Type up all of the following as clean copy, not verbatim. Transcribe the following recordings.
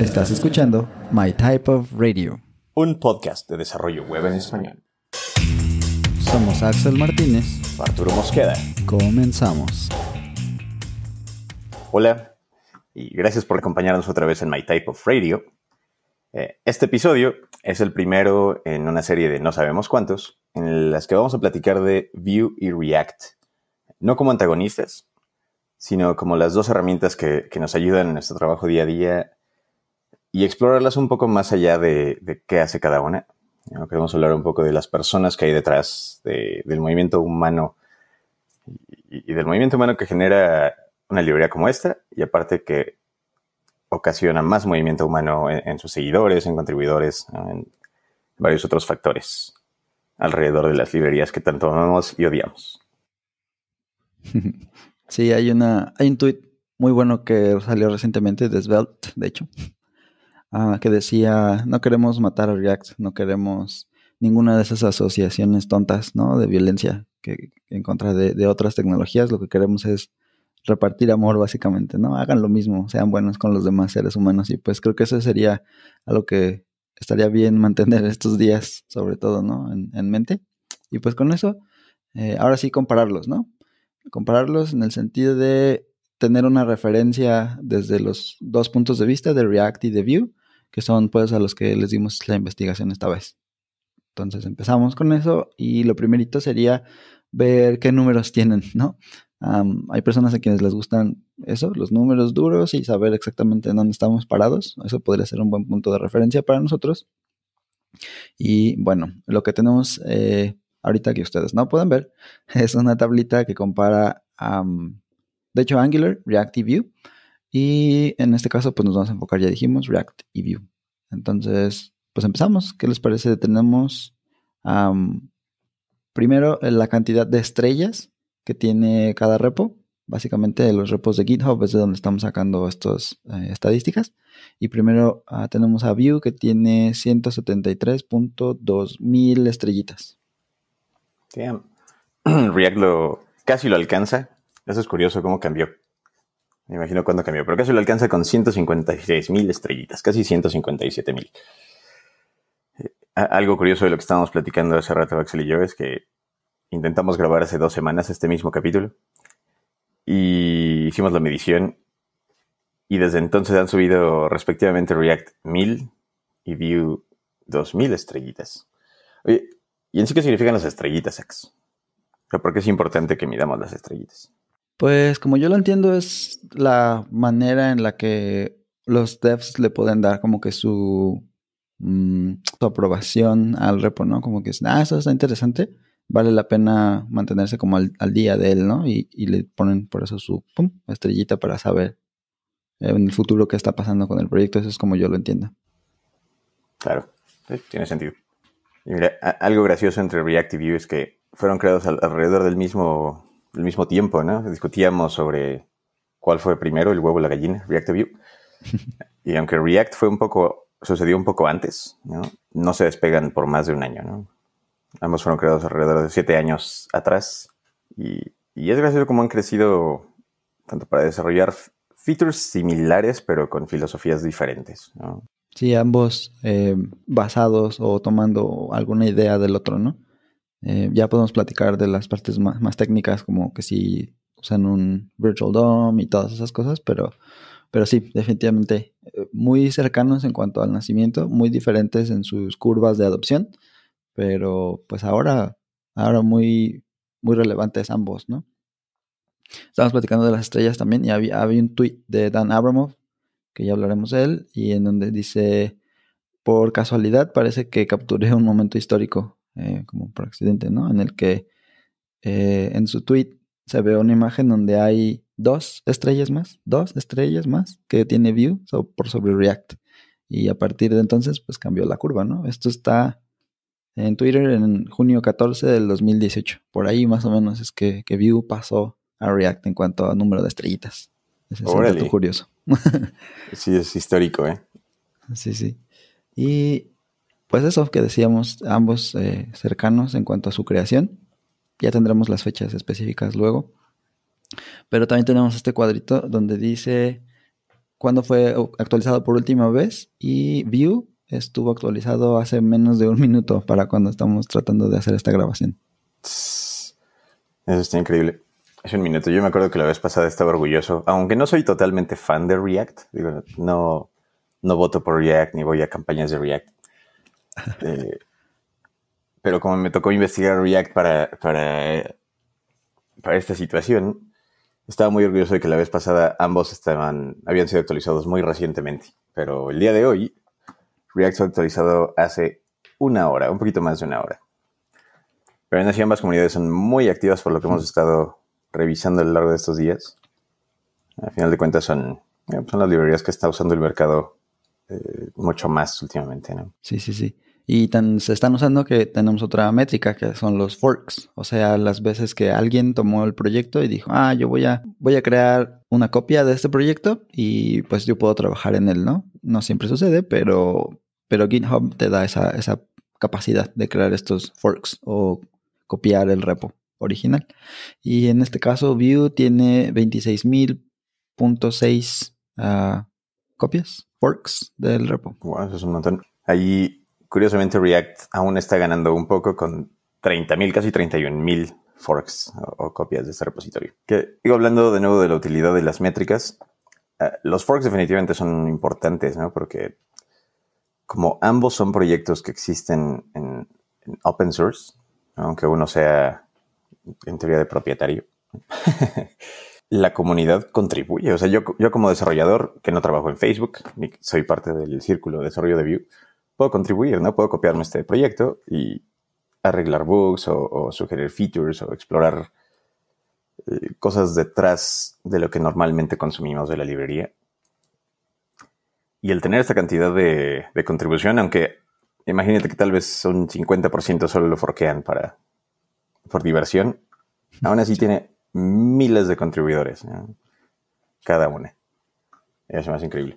Estás escuchando My Type of Radio, un podcast de desarrollo web en español. Somos Axel Martínez, Arturo Mosqueda. Comenzamos. Hola, y gracias por acompañarnos otra vez en My Type of Radio. Este episodio es el primero en una serie de no sabemos cuántos, en las que vamos a platicar de Vue y React, no como antagonistas, sino como las dos herramientas que nos ayudan en nuestro trabajo día a día y explorarlas un poco más allá de qué hace cada una. Queremos hablar un poco de las personas que hay detrás del movimiento humano y del movimiento humano que genera una librería como esta, y aparte que ocasiona más movimiento humano en sus seguidores, en contribuidores, en varios otros factores alrededor de las librerías que tanto amamos y odiamos. Sí, hay un tweet muy bueno que salió recientemente de Svelte, de hecho, que decía: no queremos matar a React, no queremos ninguna de esas asociaciones tontas, ¿no?, de violencia que en contra de otras tecnologías. Lo que queremos es repartir amor, básicamente, ¿no? Hagan lo mismo, sean buenos con los demás seres humanos. Y pues creo que eso sería algo que estaría bien mantener estos días, sobre todo, ¿no?, en mente. Y pues con eso, ahora sí compararlos, ¿no? Compararlos en el sentido de tener una referencia desde los dos puntos de vista, de React y de Vue, que son pues a los que les dimos la investigación esta vez. Entonces empezamos con eso, y lo primerito sería ver qué números tienen, ¿no? Hay personas a quienes les gustan eso, los números duros, y saber exactamente en dónde estamos parados. Eso podría ser un buen punto de referencia para nosotros. Y bueno, lo que tenemos ahorita, que ustedes no pueden ver, es una tablita que compara, de hecho, Angular, React y Vue. Y en este caso, pues nos vamos a enfocar, ya dijimos, React y Vue. Entonces, pues empezamos. ¿Qué les parece? Tenemos primero la cantidad de estrellas que tiene cada repo. Básicamente los repos de GitHub es de donde estamos sacando estas estadísticas. Y primero tenemos a Vue, que tiene 173.2 mil estrellitas. Damn. React casi lo alcanza. Eso es curioso cómo cambió. Me imagino cuándo cambió, pero casi lo alcanza con 156,000 estrellitas, casi 157,000. Algo curioso de lo que estábamos platicando hace rato Axel y yo es que intentamos grabar hace 2 semanas este mismo capítulo y hicimos la medición, y desde entonces han subido respectivamente React 1,000 y Vue 2,000 estrellitas. Oye, ¿y en sí qué significan las estrellitas, Ax? O sea, ¿por qué es importante que midamos las estrellitas? Pues como yo lo entiendo, es la manera en la que los devs le pueden dar como que su aprobación al repo, ¿no? Como que eso está interesante, vale la pena mantenerse como al día de él, ¿no? Y le ponen por eso su estrellita para saber en el futuro qué está pasando con el proyecto. Eso es como yo lo entiendo. Claro, sí, tiene sentido. Y mira, algo gracioso entre React y Vue es que fueron creados alrededor del mismo tiempo, ¿no? Discutíamos sobre cuál fue primero, el huevo o la gallina, React o Vue. Y aunque React sucedió un poco antes, no se despegan por más de un año, ¿no? Ambos fueron creados alrededor de 7 años atrás. Y es gracioso cómo han crecido tanto para desarrollar features similares, pero con filosofías diferentes, ¿no? Sí, ambos basados o tomando alguna idea del otro, ¿no? Ya podemos platicar de las partes más técnicas, como que si usan un Virtual DOM y todas esas cosas, pero sí, definitivamente muy cercanos en cuanto al nacimiento, muy diferentes en sus curvas de adopción, pero pues ahora muy, muy relevantes ambos, ¿no? Estamos platicando de las estrellas también, y había un tweet de Dan Abramov, que ya hablaremos de él, y en donde dice: por casualidad parece que capturé un momento histórico, como por accidente, ¿no? En el que en su tweet se ve una imagen donde hay 2 estrellas más que tiene Vue por sobre React. Y a partir de entonces, pues cambió la curva, ¿no? Esto está en Twitter en junio 14 del 2018. Por ahí más o menos es que Vue pasó a React en cuanto a número de estrellitas. Ese es un dato curioso. Sí, es histórico, ¿eh? Sí. Y pues eso que decíamos, ambos cercanos en cuanto a su creación. Ya tendremos las fechas específicas luego. Pero también tenemos este cuadrito donde dice cuándo fue actualizado por última vez, y Vue estuvo actualizado hace menos de un minuto para cuando estamos tratando de hacer esta grabación. Eso está increíble. Hace un minuto. Yo me acuerdo que la vez pasada estaba orgulloso, aunque no soy totalmente fan de React. Digo, no voto por React ni voy a campañas de React. Pero como me tocó investigar React para esta situación, estaba muy orgulloso de que la vez pasada ambos habían sido actualizados muy recientemente. Pero el día de hoy, React fue actualizado hace una hora, un poquito más de una hora. Pero aún así ambas comunidades son muy activas por lo que hemos estado revisando a lo largo de estos días. Al final de cuentas son las librerías que está usando el mercado mucho más últimamente, ¿no? Sí. Y se están usando que tenemos otra métrica, que son los forks. O sea, las veces que alguien tomó el proyecto y dijo, yo voy a crear una copia de este proyecto y pues yo puedo trabajar en él, ¿no? No siempre sucede, pero GitHub te da esa capacidad de crear estos forks o copiar el repo original. Y en este caso, Vue tiene 26,000.6 copias, forks del repo. Wow, eso es un montón. Ahí, curiosamente, React aún está ganando un poco con 30,000, casi 31,000 forks o copias de este repositorio. Que, hablando de nuevo de la utilidad de las métricas, los forks definitivamente son importantes, ¿no? Porque como ambos son proyectos que existen en open source, aunque uno sea en teoría de propietario, la comunidad contribuye. O sea, yo como desarrollador que no trabajo en Facebook, ni soy parte del círculo de desarrollo de Vue, puedo contribuir, ¿no? Puedo copiarme este proyecto y arreglar bugs o sugerir features o explorar cosas detrás de lo que normalmente consumimos de la librería. Y el tener esta cantidad de contribución, aunque imagínate que tal vez un 50% solo lo forquean por diversión, aún así tiene miles de contribuidores, ¿no? Cada una. Eso es más increíble.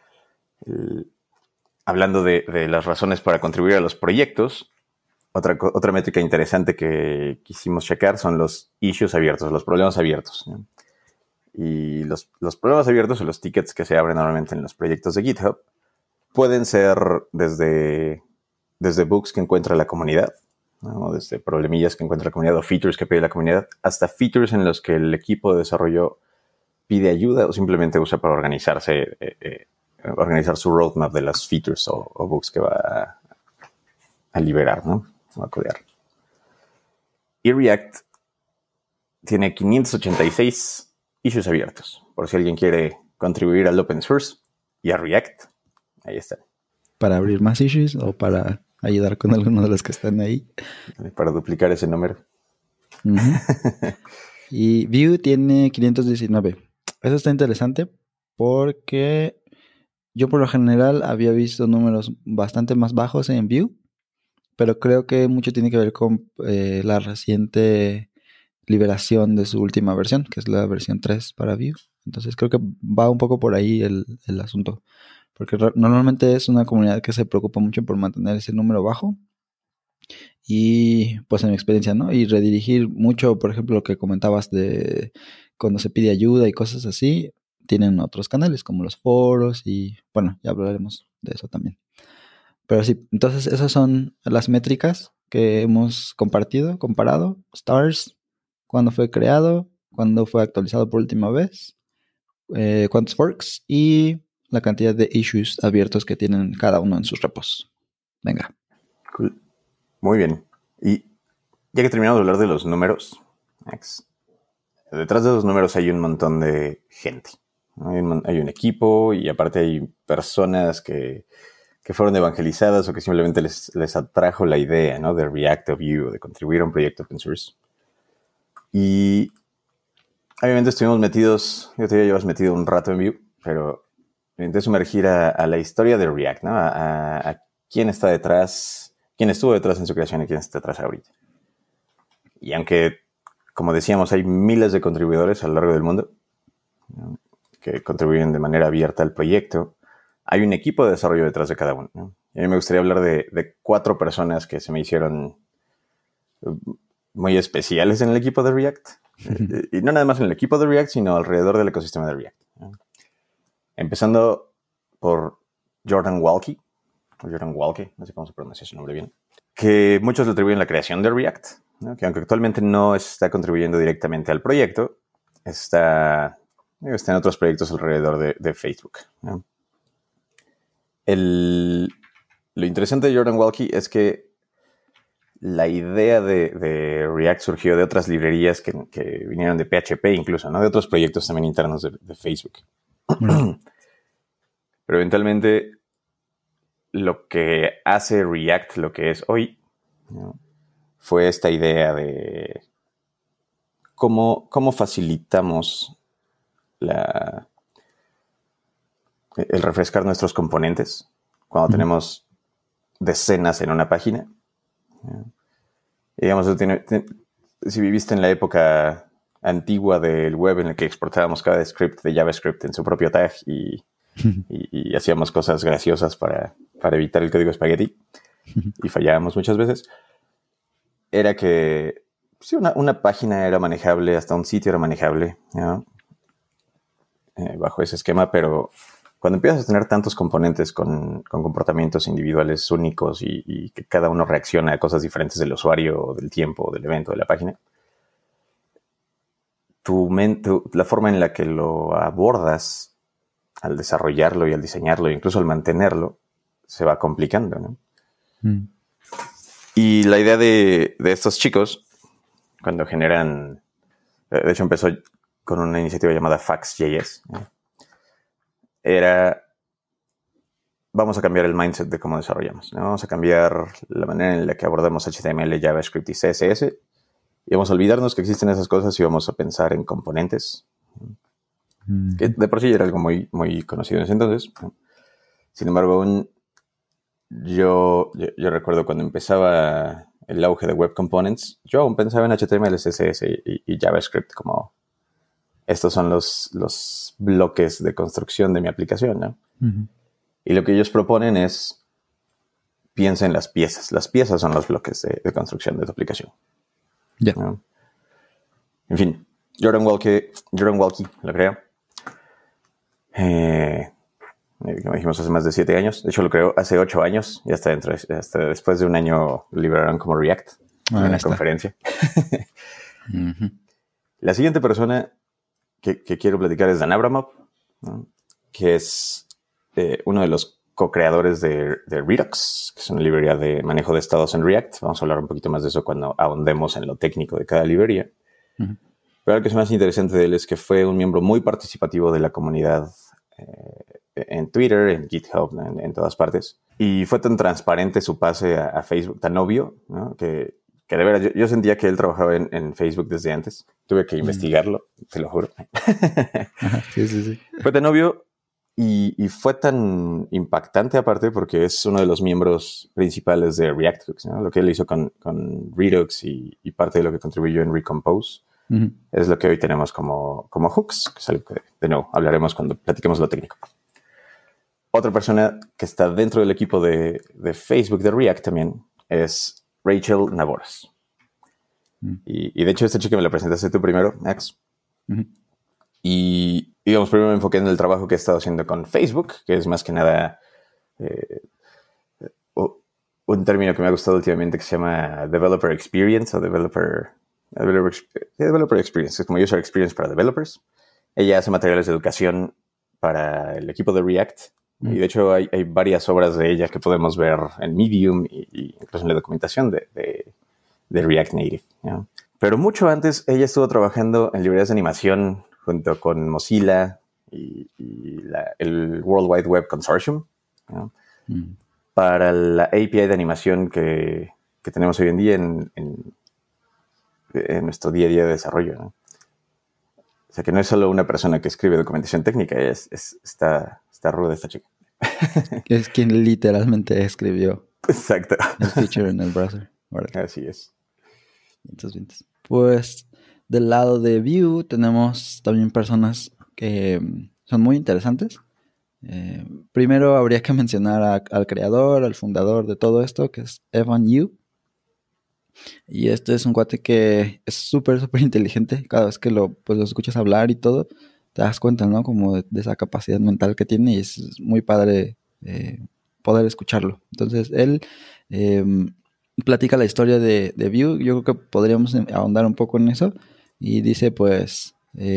Hablando de las razones para contribuir a los proyectos, otra métrica interesante que quisimos checar son los issues abiertos, los problemas abiertos, ¿no? Y los problemas abiertos o los tickets que se abren normalmente en los proyectos de GitHub pueden ser desde bugs que encuentra la comunidad, ¿no? Desde problemillas que encuentra la comunidad o features que pide la comunidad, hasta features en los que el equipo de desarrollo pide ayuda o simplemente usa para organizar su roadmap de las features o bugs que va a liberar, ¿no? O a codear. Y React tiene 586 issues abiertos, por si alguien quiere contribuir al open source y a React. Ahí están. Para abrir más issues o para ayudar con alguno de los que están ahí. Para duplicar ese número. Uh-huh. Y Vue tiene 519. Eso está interesante porque yo por lo general había visto números bastante más bajos en Vue, pero creo que mucho tiene que ver con la reciente liberación de su última versión, que es la versión 3 para Vue. Entonces creo que va un poco por ahí el asunto. Porque normalmente es una comunidad que se preocupa mucho por mantener ese número bajo. Y pues en mi experiencia, ¿no? Y redirigir mucho, por ejemplo, lo que comentabas de cuando se pide ayuda y cosas así, tienen otros canales como los foros y bueno, ya hablaremos de eso también. Pero sí, entonces esas son las métricas que hemos comparado. Stars, cuándo fue creado, cuándo fue actualizado por última vez, cuántos forks y la cantidad de issues abiertos que tienen cada uno en sus repos. Venga. Cool. Muy bien. Y ya que terminamos de hablar de los números, Max, detrás de esos números hay un montón de gente, ¿no? Hay un equipo y aparte hay personas que fueron evangelizadas o que simplemente les atrajo la idea, ¿no? De React o Vue, de contribuir a un proyecto open source. Y obviamente estuvimos metidos, yo te digo, llevas metido un rato en Vue, pero me intenté sumergir a la historia de React, ¿no? A quién está detrás, quién estuvo detrás en su creación y quién está detrás ahorita. Y aunque, como decíamos, hay miles de contribuidores a lo largo del mundo, ¿no? Que contribuyen de manera abierta al proyecto, hay un equipo de desarrollo detrás de cada uno, ¿no? Y a mí me gustaría hablar de 4 personas que se me hicieron muy especiales en el equipo de React. Y no nada más en el equipo de React, sino alrededor del ecosistema de React, ¿no? Empezando por Jordan Walke, no sé cómo se pronuncia su nombre bien, que muchos le atribuyen la creación de React, ¿no? Que aunque actualmente no está contribuyendo directamente al proyecto, está en otros proyectos alrededor de Facebook, ¿no? Lo interesante de Jordan Walke es que la idea de React surgió de otras librerías que vinieron de PHP incluso, ¿no? De otros proyectos también internos de Facebook. Pero eventualmente lo que hace React lo que es hoy, ¿no? Fue esta idea de cómo facilitamos el refrescar nuestros componentes cuando tenemos decenas en una página. Digamos, si viviste en la época antigua del web en la que exportábamos cada script de JavaScript en su propio tag y hacíamos cosas graciosas para evitar el código espagueti y fallábamos muchas veces, era que sí, una página era manejable, hasta un sitio era manejable, ¿no? Bajo ese esquema, pero cuando empiezas a tener tantos componentes con comportamientos individuales únicos y que cada uno reacciona a cosas diferentes del usuario, del tiempo, del evento, de la página, la forma en la que lo abordas al desarrollarlo y al diseñarlo, e incluso al mantenerlo, se va complicando, ¿no? Y la idea de estos chicos, cuando generan... De hecho, empezó con una iniciativa llamada Fax.js, ¿no? Era... Vamos a cambiar el mindset de cómo desarrollamos, ¿no? Vamos a cambiar la manera en la que abordamos HTML, JavaScript y CSS. Y vamos a olvidarnos que existen esas cosas y vamos a pensar en componentes. Que de por sí era algo muy, muy conocido en ese entonces, ¿no? Sin embargo, yo recuerdo cuando empezaba el auge de Web Components, yo aún pensaba en HTML, CSS y JavaScript como estos son los bloques de construcción de mi aplicación, ¿no? Y lo que ellos proponen es piensa en las piezas. Las piezas son los bloques de construcción de tu aplicación. Ya. ¿No? En fin, Jordan Walke lo creo. Como dijimos, hace más de 7 años. De hecho, lo creó hace 8 años. Y hasta después de un año lo liberaron como React en una conferencia. La siguiente persona que quiero platicar es Dan Abramov, ¿no? Que es uno de los co-creadores de Redux, que es una librería de manejo de estados en React. Vamos a hablar un poquito más de eso cuando ahondemos en lo técnico de cada librería. Pero lo que es más interesante de él es que fue un miembro muy participativo de la comunidad en Twitter, en GitHub, en todas partes. Y fue tan transparente su pase a Facebook, tan obvio, ¿no? Que de veras, yo sentía que él trabajaba en Facebook desde antes. Tuve que investigarlo, te lo juro. Sí. Fue tan obvio y fue tan impactante aparte porque es uno de los miembros principales de React Hooks, ¿no? Lo que él hizo con Redux y parte de lo que contribuyó en Recompose es lo que hoy tenemos como hooks, que es algo que, de nuevo, hablaremos cuando platiquemos lo técnico. Otra persona que está dentro del equipo de Facebook de React también es Rachel Navoras. Y de hecho esta chica me la presentaste tú primero, Max. Y digamos, primero me enfoqué en el trabajo que he estado haciendo con Facebook, que es más que nada un término que me ha gustado últimamente que se llama Developer Experience o Developer Experience, que es como User Experience para Developers. Ella hace materiales de educación para el equipo de React. Y de hecho hay varias obras de ella que podemos ver en Medium y incluso en la documentación de React Native, ¿no? Pero mucho antes ella estuvo trabajando en librerías de animación junto con Mozilla y el World Wide Web Consortium, ¿no? Para la API de animación que tenemos hoy en día en nuestro día a día de desarrollo, ¿no? O sea que no es solo una persona que escribe documentación técnica, está ruda esta chica. Es quien literalmente escribió Exacto. el feature en el browser. Vale. Así es. Entonces, pues del lado de Vue tenemos también personas que son muy interesantes. Primero habría que mencionar al creador, al fundador de todo esto, que es Evan You. Y este es un cuate que es súper inteligente. Cada vez que lo escuchas hablar y todo, te das cuenta, ¿no? Como de esa capacidad mental que tiene, y es muy padre poder escucharlo. Entonces, él platica la historia de Vue. Yo creo que podríamos ahondar un poco en eso. Y dice, pues,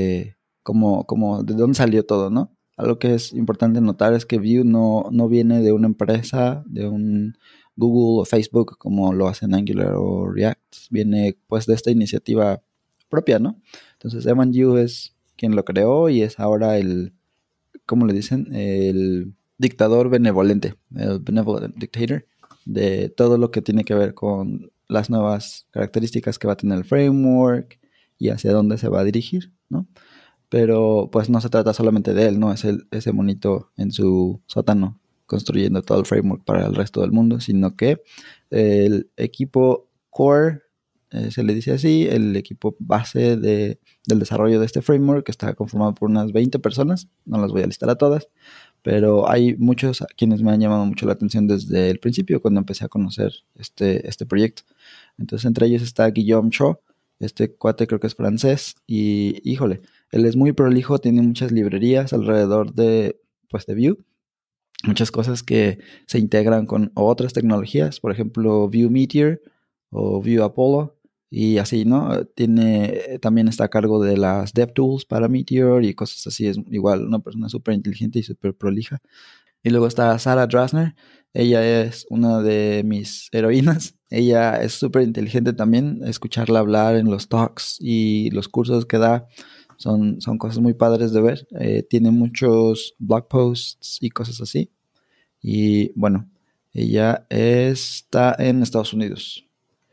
como de dónde salió todo, ¿no? Algo que es importante notar es que Vue no viene de una empresa, de un Google o Facebook como lo hacen Angular o React. Viene, pues, de esta iniciativa propia, ¿no? Entonces, Evan Yu es quien lo creó y es ahora ¿cómo le dicen? El dictador benevolente, el benevolent dictator, de todo lo que tiene que ver con las nuevas características que va a tener el framework y hacia dónde se va a dirigir, ¿no? Pero pues no se trata solamente de él, ¿no? Es ese monito en su sótano construyendo todo el framework para el resto del mundo, sino que el equipo core, se le dice así, el equipo base del desarrollo de este framework, que está conformado por unas 20 personas, no las voy a listar a todas, pero hay muchos a quienes me han llamado mucho la atención desde el principio, cuando empecé a conocer este proyecto. Entonces, entre ellos está Guillaume Cho, este cuate creo que es francés, y híjole, él es muy prolijo, tiene muchas librerías alrededor de Vue, muchas cosas que se integran con otras tecnologías, por ejemplo, Vue Meteor o Vue Apollo, y así, ¿no? También está a cargo de las DevTools para Meteor y cosas así. Es igual una persona súper inteligente y súper prolija. Y luego está Sarah Drasner. Ella es una de mis heroínas. Ella es súper inteligente también. Escucharla hablar en los talks y los cursos que da son cosas muy padres de ver. Tiene muchos blog posts y cosas así. Y bueno, ella está en Estados Unidos.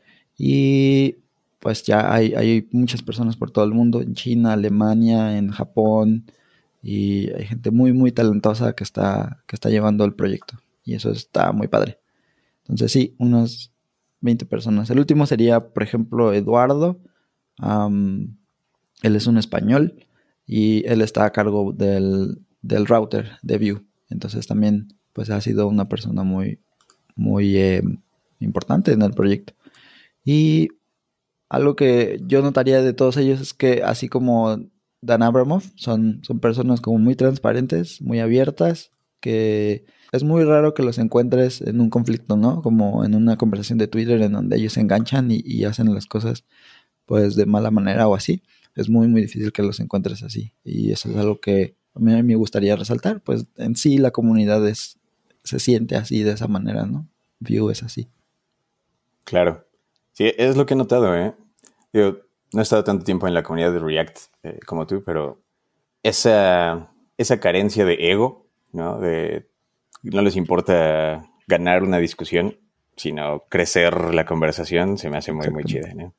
Y pues ya hay muchas personas por todo el mundo, en China, Alemania, en Japón, y hay gente muy, muy talentosa que está llevando el proyecto. Y eso está muy padre. Entonces sí, unas 20 personas. El último sería, por ejemplo, Eduardo. Él es un español y él está a cargo del router de Vue. Entonces también pues ha sido una persona muy, muy importante en el proyecto. Y algo que yo notaría de todos ellos es que, así como Dan Abramov, son personas como muy transparentes, muy abiertas, que es muy raro que los encuentres en un conflicto, ¿no? Como en una conversación de Twitter en donde ellos se enganchan y hacen las cosas pues de mala manera o así. Es muy, muy difícil que los encuentres así. Y eso es algo que a mí me gustaría resaltar. Pues en sí la comunidad se siente así, de esa manera, ¿no? Vue es así. Claro. Sí, es lo que he notado, ¿eh? Yo no he estado tanto tiempo en la comunidad de React como tú, pero esa carencia de ego, ¿no? No les importa ganar una discusión, sino crecer la conversación, se me hace muy, muy chida, ¿no?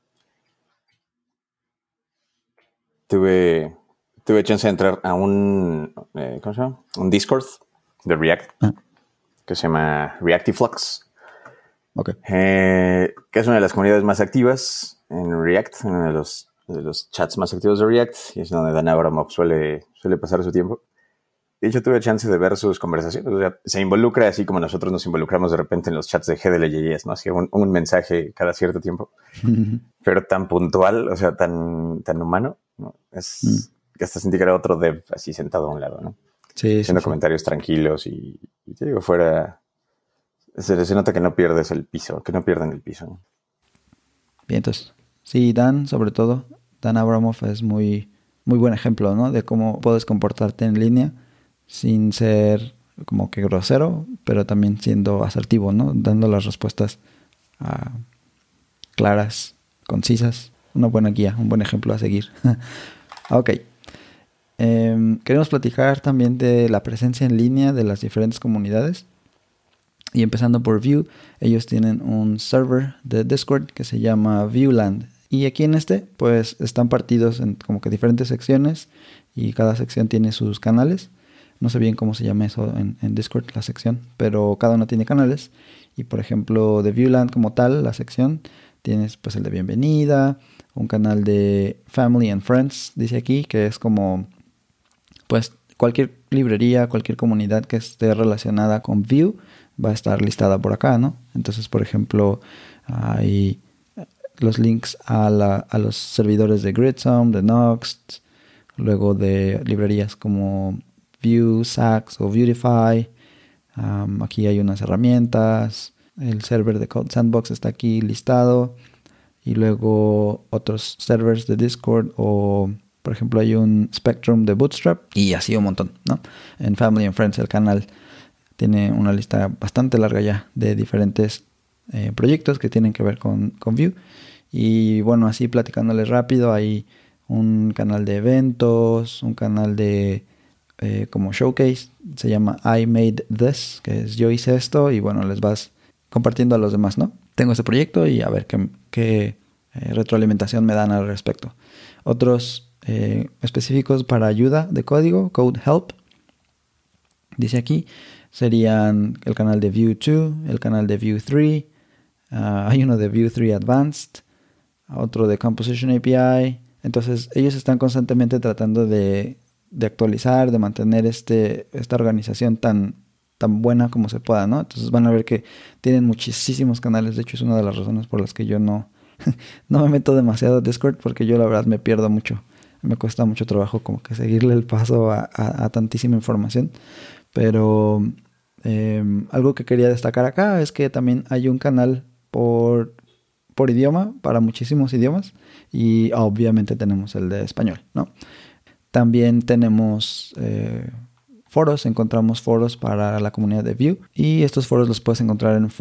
Tuve chance de entrar a ¿cómo se llama? Un Discord de React que se llama Reactiflux. Okay. Que es una de las comunidades más activas en React, uno de los chats más activos de React, y es donde Dan Abramov suele pasar su tiempo. De hecho, tuve chance de ver sus conversaciones. O sea, se involucra así como nosotros nos involucramos de repente en los chats de GDLJS, ¿no? Así un mensaje cada cierto tiempo, pero tan puntual, o sea, tan humano, ¿no? Es que hasta sentí que era otro dev así sentado a un lado, ¿no? Sí, haciendo sí, comentarios tranquilos y te digo, fuera... Se nota que no pierdes el piso, que no pierden el piso, ¿no? Bien, entonces, sí, Dan, sobre todo, Dan Abramov es muy, muy buen ejemplo, ¿no? De cómo puedes comportarte en línea sin ser como que grosero, pero también siendo asertivo, ¿no? Dando las respuestas claras, concisas. Una buena guía, un buen ejemplo a seguir. Ok. Queremos platicar también de la presencia en línea de las diferentes comunidades. Y empezando por Vue, ellos tienen un server de Discord que se llama Vueland. Y aquí en pues están partidos en como que diferentes secciones y cada sección tiene sus canales. No sé bien cómo se llama eso en Discord, la sección, pero cada una tiene canales. Y por ejemplo, de Vueland como tal, la sección, tienes pues el de bienvenida, un canal de Family and Friends, dice aquí, que es como pues cualquier librería, cualquier comunidad que esté relacionada con Vue va a estar listada por acá, ¿no? Entonces, por ejemplo, hay los links a los servidores de Gridsome, de Noxt, luego de librerías como Vue, Sax o Vuetify. Aquí hay unas herramientas. El server de Code Sandbox está aquí listado. Y luego otros servers de Discord o, por ejemplo, hay un Spectrum de Bootstrap y así un montón, ¿no? En Family and Friends el canal tiene una lista bastante larga ya de diferentes proyectos que tienen que ver con Vue. Y bueno, así platicándoles rápido, hay un canal de eventos, un canal de como showcase, se llama I Made This, que es yo hice esto, y bueno, les vas compartiendo a los demás, ¿no? Tengo este proyecto y a ver qué retroalimentación me dan al respecto. Otros específicos para ayuda de código, Code Help, dice aquí, serían el canal de Vue 2, el canal de Vue 3, hay uno de Vue 3 Advanced, otro de Composition API. Entonces ellos están constantemente tratando de actualizar, de mantener esta organización tan buena como se pueda, ¿no? Entonces van a ver que tienen muchísimos canales. De hecho, es una de las razones por las que yo no me meto demasiado a Discord, porque yo la verdad me pierdo mucho. Me cuesta mucho trabajo como que seguirle el paso a tantísima información. Pero algo que quería destacar acá es que también hay un canal por idioma, para muchísimos idiomas, y obviamente tenemos el de español, ¿no? También tenemos encontramos foros para la comunidad de Vue, y estos foros los puedes encontrar en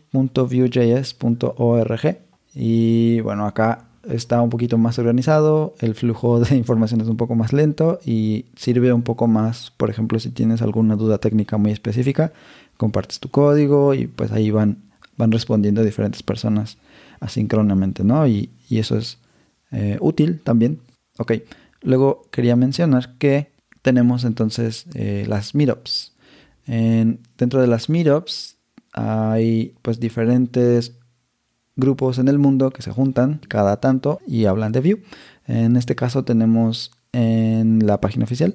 forum.vuejs.org. Y bueno, acá está un poquito más organizado, el flujo de información es un poco más lento y sirve un poco más, por ejemplo, si tienes alguna duda técnica muy específica, compartes tu código y pues ahí van respondiendo diferentes personas asíncronamente, ¿no? Y eso es útil también. Ok, luego quería mencionar que tenemos entonces las meetups. Dentro de las meetups hay pues diferentes grupos en el mundo que se juntan cada tanto y hablan de Vue. En este caso tenemos en la página oficial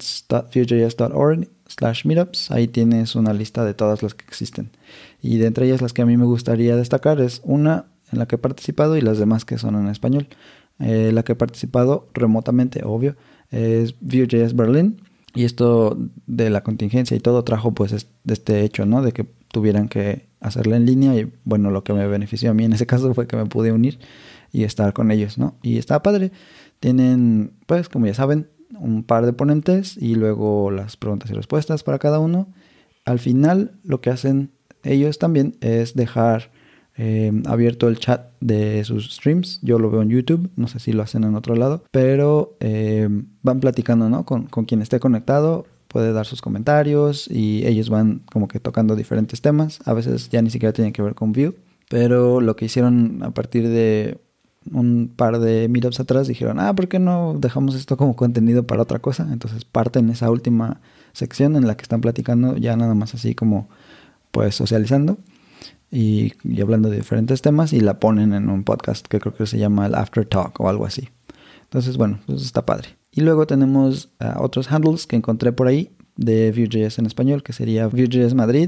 events.vuejs.org/meetups. Ahí tienes una lista de todas las que existen. Y de entre ellas las que a mí me gustaría destacar es una en la que he participado y las demás que son en español. La que he participado remotamente, obvio, es Vue.js Berlin. Y esto de la contingencia y todo trajo pues de este hecho, ¿no? De que tuvieran que hacerla en línea, y bueno, lo que me benefició a mí en ese caso fue que me pude unir y estar con ellos, ¿no? Y está padre. Tienen, pues, como ya saben, un par de ponentes y luego las preguntas y respuestas para cada uno. Al final, lo que hacen ellos también es dejar abierto el chat de sus streams. Yo lo veo en YouTube, no sé si lo hacen en otro lado, pero van platicando, ¿no? Con quien esté conectado, puede dar sus comentarios y ellos van como que tocando diferentes temas. A veces ya ni siquiera tienen que ver con Vue, pero lo que hicieron a partir de un par de meetups atrás, dijeron, ¿por qué no dejamos esto como contenido para otra cosa? Entonces parten esa última sección en la que están platicando ya nada más así como pues socializando y hablando de diferentes temas, y la ponen en un podcast que creo que se llama el After Talk o algo así. Entonces, bueno, pues está padre. Y luego tenemos otros handles que encontré por ahí de Vue.js en español, que sería Vue.js Madrid,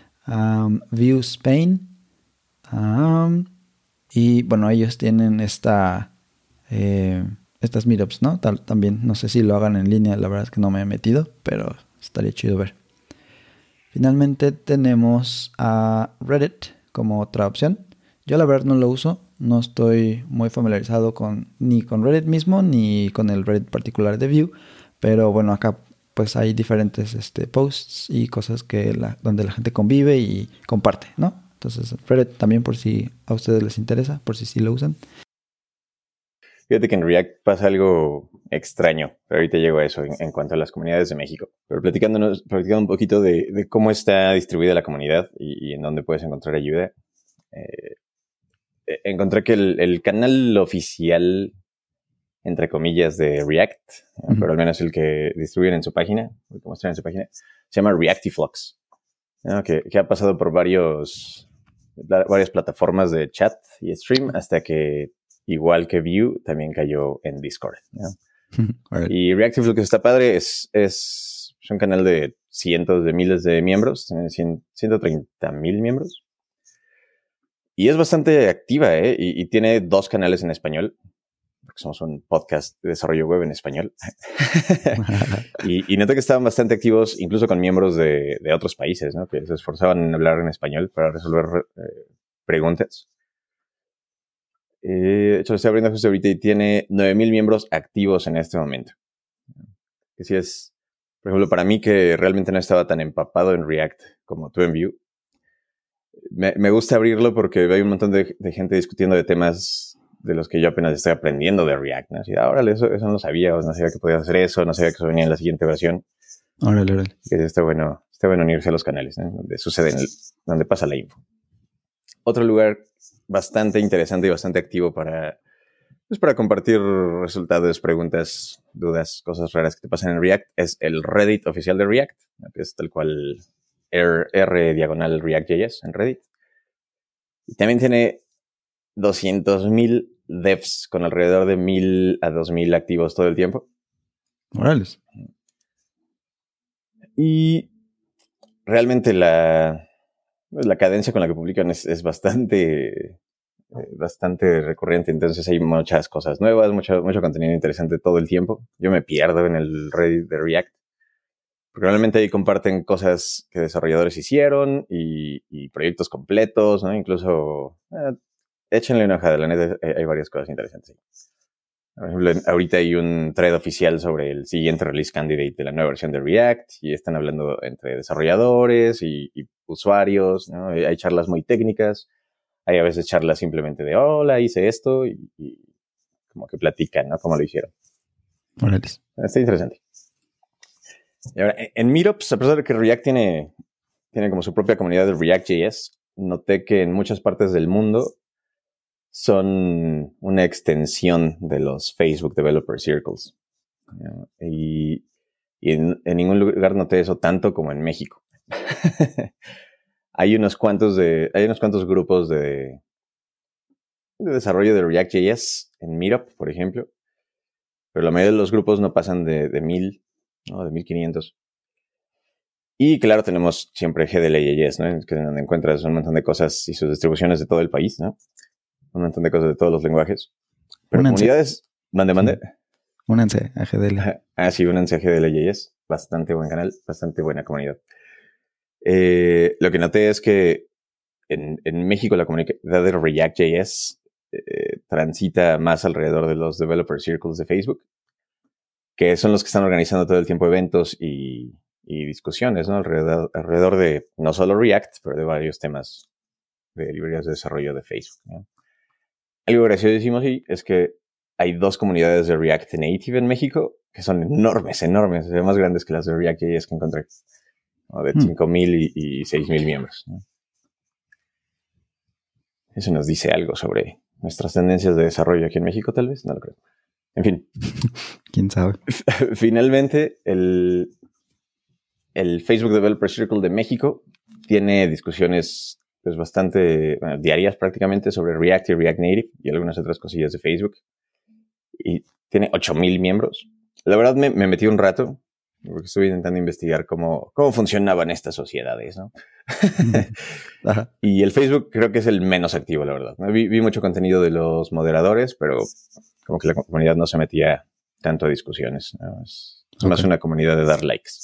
Vue Spain, y bueno, ellos tienen estas meetups, ¿no? También, no sé si lo hagan en línea, la verdad es que no me he metido, pero estaría chido ver. Finalmente tenemos a Reddit como otra opción. Yo la verdad no lo uso, no estoy muy familiarizado ni con Reddit mismo, ni con el Reddit particular de Vue, pero bueno, acá pues hay diferentes posts y cosas donde la gente convive y comparte, ¿no? Entonces Reddit también, por si a ustedes les interesa, por si sí lo usan. Fíjate que en React pasa algo extraño, pero ahorita llego a eso en cuanto a las comunidades de México. Pero platicando un poquito de cómo está distribuida la comunidad y en dónde puedes encontrar ayuda. Encontré que el canal oficial, entre comillas, de React, pero al menos el que distribuyen en su página, el que muestran en su página, se llama Reactiflux, ¿no? Que ha pasado por varias plataformas de chat y stream hasta que, igual que Vue, también cayó en Discord, ¿no? Right. Y Reactiflux está padre, es un canal de cientos de miles de miembros, tiene 130,000 miembros. Y es bastante activa, y tiene 2 canales en español, porque somos un podcast de desarrollo web en español. y noté que estaban bastante activos, incluso con miembros de otros países, ¿no? Que se esforzaban en hablar en español para resolver preguntas. De hecho, lo estoy abriendo justo ahorita y tiene 9,000 miembros activos en este momento. Que sí es, por ejemplo, para mí que realmente no estaba tan empapado en React como tú en Vue, me gusta abrirlo porque hay un montón de gente discutiendo de temas de los que yo apenas estoy aprendiendo de React, ¿no? Así, órale, eso no lo sabía, o no sabía que podías hacer eso, no sabía que eso venía en la siguiente versión. Órale. Que está bueno unirse a los canales, ¿no? Donde sucede, donde pasa la info. Otro lugar bastante interesante y bastante activo para compartir resultados, preguntas, dudas, cosas raras que te pasan en React es el Reddit oficial de React, ¿no? Que es tal cual r/React.js en Reddit. Y también tiene 200,000 devs con alrededor de 1,000 a 2,000 activos todo el tiempo. Órales. Y realmente la cadencia con la que publican es bastante recurrente. Entonces hay muchas cosas nuevas, mucho contenido interesante todo el tiempo. Yo me pierdo en el Reddit de React. Porque realmente ahí comparten cosas que desarrolladores hicieron y proyectos completos, ¿no? Incluso échenle una ojeada, la neta, hay varias cosas interesantes ahí. Por ejemplo, ahorita hay un thread oficial sobre el siguiente release candidate de la nueva versión de React y están hablando entre desarrolladores y usuarios, ¿no? Hay charlas muy técnicas, hay a veces charlas simplemente de hola, hice esto y como que platican, ¿no? Cómo lo hicieron. Órales. Está interesante. Y ahora, en Meetups, a pesar de que React tiene como su propia comunidad de React.js, noté que en muchas partes del mundo son una extensión de los Facebook Developer Circles. Y en ningún lugar noté eso tanto como en México. Hay unos cuantos grupos de desarrollo de React.js en Meetup, por ejemplo, pero la mayoría de los grupos no pasan de 1,000, ¿no? De 1,500. Y claro, tenemos siempre GDL.js, ¿no? Que es donde encuentras un montón de cosas y sus distribuciones de todo el país, ¿no? Un montón de cosas de todos los lenguajes. Pero únanse. Comunidades, mande. Únanse a GDL. Sí, únanse a GDL.js. Bastante buen canal, bastante buena comunidad. Lo que noté es que en México la comunidad de React.js transita más alrededor de los Developer Circles de Facebook, que son los que están organizando todo el tiempo eventos y discusiones, ¿no? Alrededor de no solo React, pero de varios temas de librerías de desarrollo de Facebook, ¿no? Algo graciosísimo, sí, es que hay 2 comunidades de React Native en México que son enormes, más grandes que las de React.js que encontré, ¿no? De 5,000 y 6,000 miembros, ¿no? Eso nos dice algo sobre nuestras tendencias de desarrollo aquí en México, tal vez, no lo creo. En fin. ¿Quién sabe? Finalmente, el Facebook Developer Circle de México tiene discusiones pues bastante diarias prácticamente sobre React y React Native y algunas otras cosillas de Facebook. Y tiene 8,000 miembros. La verdad me metí un rato porque estuve intentando investigar cómo funcionaban estas sociedades, ¿no? Ajá. Y el Facebook creo que es el menos activo, la verdad. Vi mucho contenido de los moderadores, pero como que la comunidad no se metía tanto a discusiones, ¿no? Es más una comunidad de dar likes.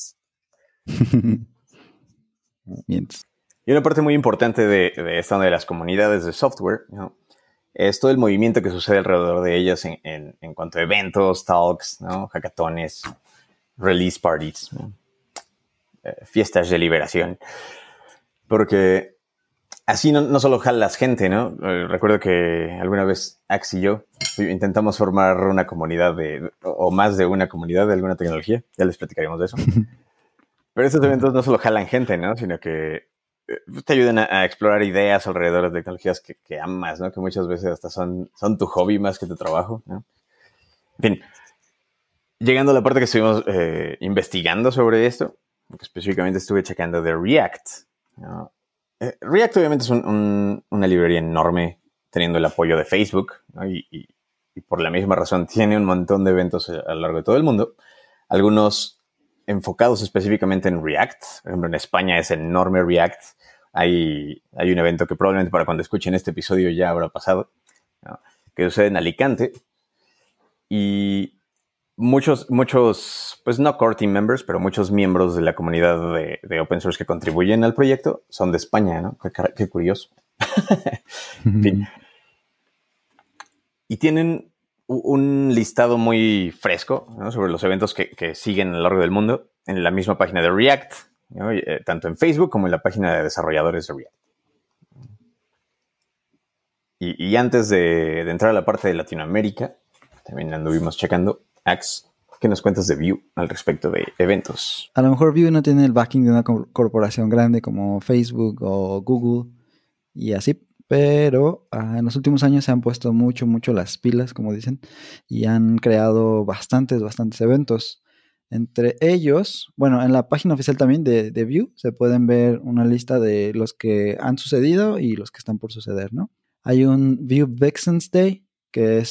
Mientras. Y una parte muy importante de esta de las comunidades de software, ¿no? Es todo el movimiento que sucede alrededor de ellas en cuanto a eventos, talks, ¿no? Hackatones, release parties, ¿no? Fiestas de liberación. Porque así no solo jalas gente, ¿no? Recuerdo que alguna vez Ax y yo intentamos formar una comunidad o más de una comunidad de alguna tecnología. Ya les platicaremos de eso. Pero estos eventos no solo jalan gente, ¿no? Sino que te ayudan a explorar ideas alrededor de tecnologías que amas, ¿no? Que muchas veces hasta son tu hobby más que tu trabajo, ¿no? En fin, llegando a la parte que estuvimos investigando sobre esto, que específicamente estuve checando de React, ¿no? React obviamente es una librería enorme, teniendo el apoyo de Facebook, ¿no? Y por la misma razón tiene un montón de eventos a lo largo de todo el mundo. Algunos enfocados específicamente en React. Por ejemplo, en España es enorme React. Hay un evento que probablemente para cuando escuchen este episodio ya habrá pasado, ¿no? Que sucede en Alicante. Y muchos, pues no core team members, pero muchos miembros de la comunidad de open source que contribuyen al proyecto son de España, ¿no? Qué curioso. En fin. Y tienen un listado muy fresco, ¿no? Sobre los eventos que siguen a lo largo del mundo en la misma página de React, ¿no? Tanto en Facebook como en la página de desarrolladores de React. Y antes de entrar a la parte de Latinoamérica, también anduvimos checando. Ax, ¿qué nos cuentas de Vue al respecto de eventos? A lo mejor Vue no tiene el backing de una corporación grande como Facebook o Google y así, pero en los últimos años se han puesto mucho las pilas, como dicen, y han creado bastantes eventos. Entre ellos, bueno, en la página oficial también de Vue se pueden ver una lista de los que han sucedido y los que están por suceder, ¿no? Hay un Vue Vixens Day que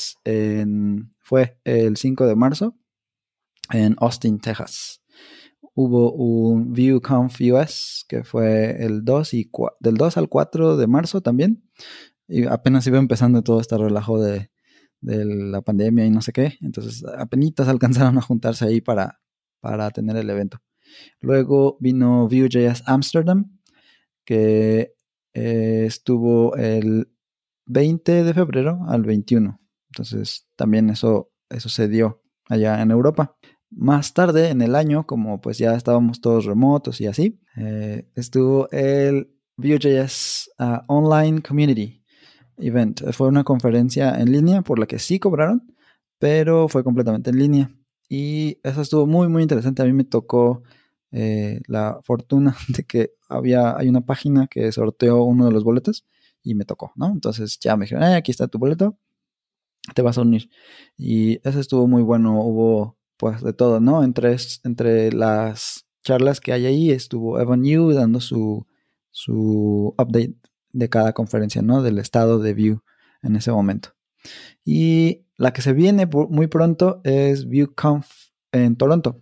fue el 5 de marzo en Austin, Texas. Hubo un VueConf US que fue del 2 al 4 de marzo también. Y apenas iba empezando todo este relajo de la pandemia y no sé qué. Entonces apenas alcanzaron a juntarse ahí para tener el evento. Luego vino Vue.js Amsterdam, que estuvo el 20 de febrero al 21. Entonces también eso se dio allá en Europa. Más tarde en el año, como pues ya estábamos todos remotos y así, estuvo el Vue.js Online Community Event. Fue una conferencia en línea por la que sí cobraron, pero fue completamente en línea. Y eso estuvo muy interesante. A mí me tocó la fortuna de que hay una página que sorteó uno de los boletos y me tocó, ¿no? Entonces ya me dijeron, aquí está tu boleto, te vas a unir. Y eso estuvo muy bueno. Hubo pues de todo, ¿no? Entre las charlas que hay ahí estuvo Evan You dando su update de cada conferencia, ¿no? Del estado de Vue en ese momento. Y la que se viene muy pronto es VueConf en Toronto.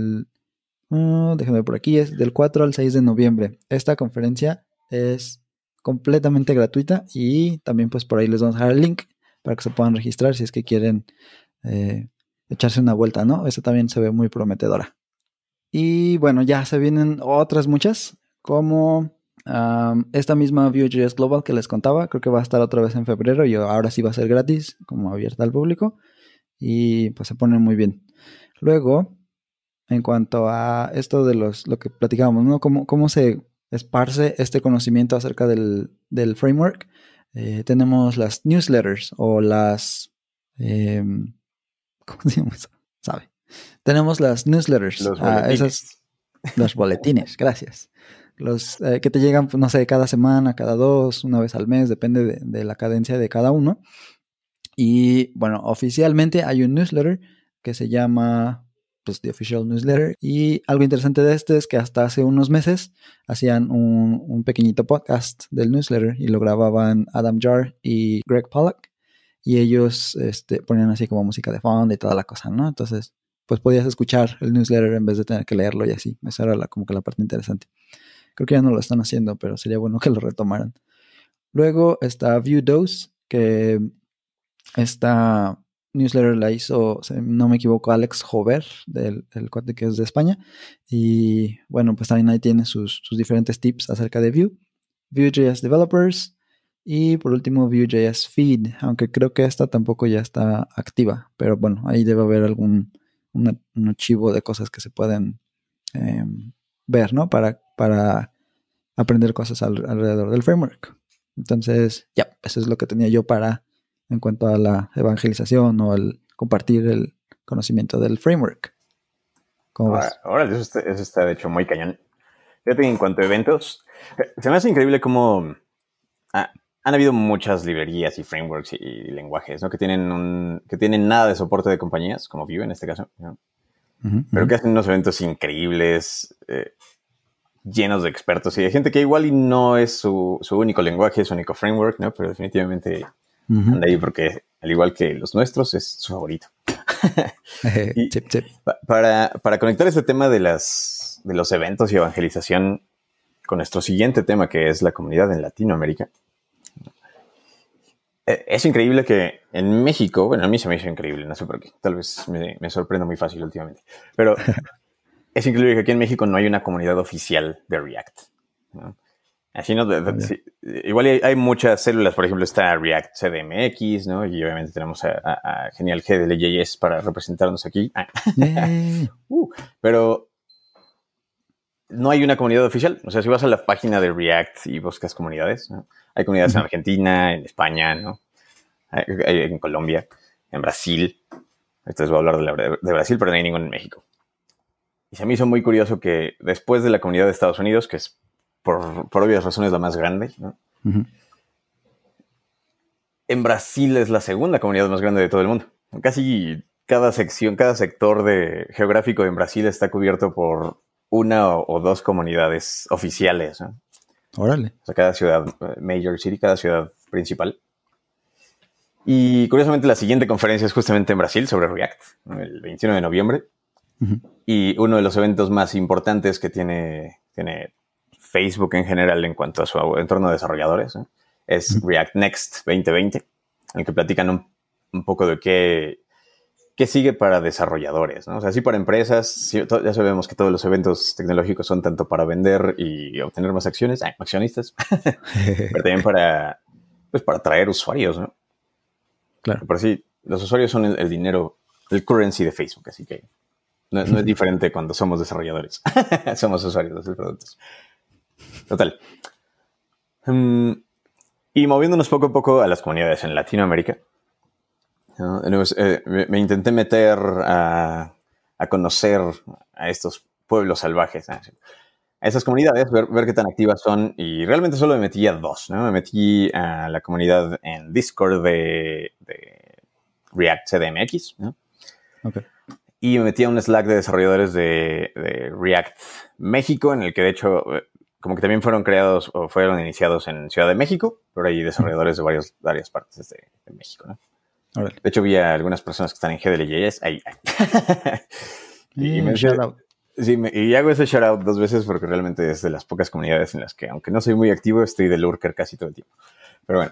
Déjenme ver por aquí, es del 4 al 6 de noviembre. Esta conferencia es completamente gratuita y también pues por ahí les vamos a dejar el link para que se puedan registrar si es que quieren echarse una vuelta, ¿no? Esa también se ve muy prometedora. Y bueno, ya se vienen otras muchas, como esta misma Vue.js Global que les contaba, creo que va a estar otra vez en febrero y ahora sí va a ser gratis, como abierta al público, y pues se pone muy bien. Luego, en cuanto a esto de lo que platicábamos, ¿no? Cómo se esparce este conocimiento acerca del framework. Tenemos las newsletters o las... ¿cómo se llama eso? ¿Sabe? Tenemos las newsletters. Los boletines. Los boletines, gracias. Los que te llegan, no sé, cada semana, cada 2, una vez al mes, depende de la cadencia de cada uno. Y bueno, oficialmente hay un newsletter que se llama pues The Official Newsletter. Y algo interesante de este es que hasta hace unos meses hacían un pequeñito podcast del newsletter y lo grababan Adam Jar y Greg Pollack. Y ellos ponían así como música de fondo y toda la cosa, ¿no? Entonces, pues podías escuchar el newsletter en vez de tener que leerlo y así. Esa era como que la parte interesante. Creo que ya no lo están haciendo, pero sería bueno que lo retomaran. Luego está Vue Dose, que esta newsletter la hizo, si no me equivoco, Alex Jover, el cuate que es de España. Y bueno, pues también ahí tiene sus diferentes tips acerca de Vue. Vue.js Developers y por último Vue.js Feed, aunque creo que esta tampoco ya está activa. Pero bueno, ahí debe haber un archivo de cosas que se pueden ver, ¿no? Para aprender cosas alrededor del framework. Entonces, ya, eso es lo que tenía yo en cuanto a la evangelización o el compartir el conocimiento del framework. ¿Cómo ves? Ahora eso está de hecho muy cañón. Fíjate, en cuanto a eventos, se me hace increíble cómo han habido muchas librerías y frameworks y lenguajes, ¿no? que tienen nada de soporte de compañías, como Vue en este caso, ¿no? Pero que hacen unos eventos increíbles, llenos de expertos y de gente que igual y no es su único lenguaje, su único framework, ¿no? Pero definitivamente anda ahí porque, al igual que los nuestros, es su favorito. Y chip. Para conectar este tema de los eventos y evangelización con nuestro siguiente tema, que es la comunidad en Latinoamérica, Es increíble que en México, bueno, a mí se me hizo increíble, no sé por qué, tal vez me sorprendo muy fácil últimamente, pero es increíble que aquí en México no hay una comunidad oficial de React, ¿no? Así no, sí, igual hay muchas células, por ejemplo está React CDMX, ¿no? Y obviamente tenemos a Genial GDLJS para representarnos aquí. Pero no hay una comunidad oficial. O sea, si vas a la página de React y buscas comunidades, ¿no? Hay comunidades en Argentina, en España, ¿no? Hay en Colombia, en Brasil. Entonces voy a hablar de Brasil, pero no hay ninguna en México. Y se me hizo muy curioso que después de la comunidad de Estados Unidos, que es por obvias razones la más grande, ¿no? En Brasil es la segunda comunidad más grande de todo el mundo. Casi cada sección, cada sector geográfico en Brasil está cubierto por una o dos comunidades oficiales, ¿no? Órale. O sea, cada ciudad, major city, cada ciudad principal. Y curiosamente la siguiente conferencia es justamente en Brasil sobre React, ¿no? El 21 de noviembre. Y uno de los eventos más importantes que tiene Facebook en general en cuanto a su entorno de desarrolladores, ¿no? Es React Next 2020, en el que platican un poco de qué sigue para desarrolladores, ¿no? O sea, sí para empresas, sí, ya sabemos que todos los eventos tecnológicos son tanto para vender y obtener más accionistas, pero también para atraer usuarios, ¿no? Claro. Por sí, los usuarios son el dinero, el currency de Facebook, así que no es diferente cuando somos desarrolladores. Somos usuarios de sus productos. Total. Y moviéndonos poco a poco a las comunidades en Latinoamérica, ¿no? Me intenté meter a conocer a estos pueblos salvajes, ¿no? A esas comunidades, ver qué tan activas son, y realmente solo me metí a dos, ¿no? Me metí a la comunidad en Discord de React CDMX, ¿no? Okay. Y me metí a un Slack de desarrolladores de React México, en el que de hecho como que también fueron creados o fueron iniciados en Ciudad de México, pero hay desarrolladores de varias partes de México, ¿no? Órale. De hecho vi a algunas personas que están en GDLJS ahí. Shout out. Sí, y hago ese shout out 2 veces porque realmente es de las pocas comunidades en las que, aunque no soy muy activo, estoy de lurker casi todo el tiempo. Pero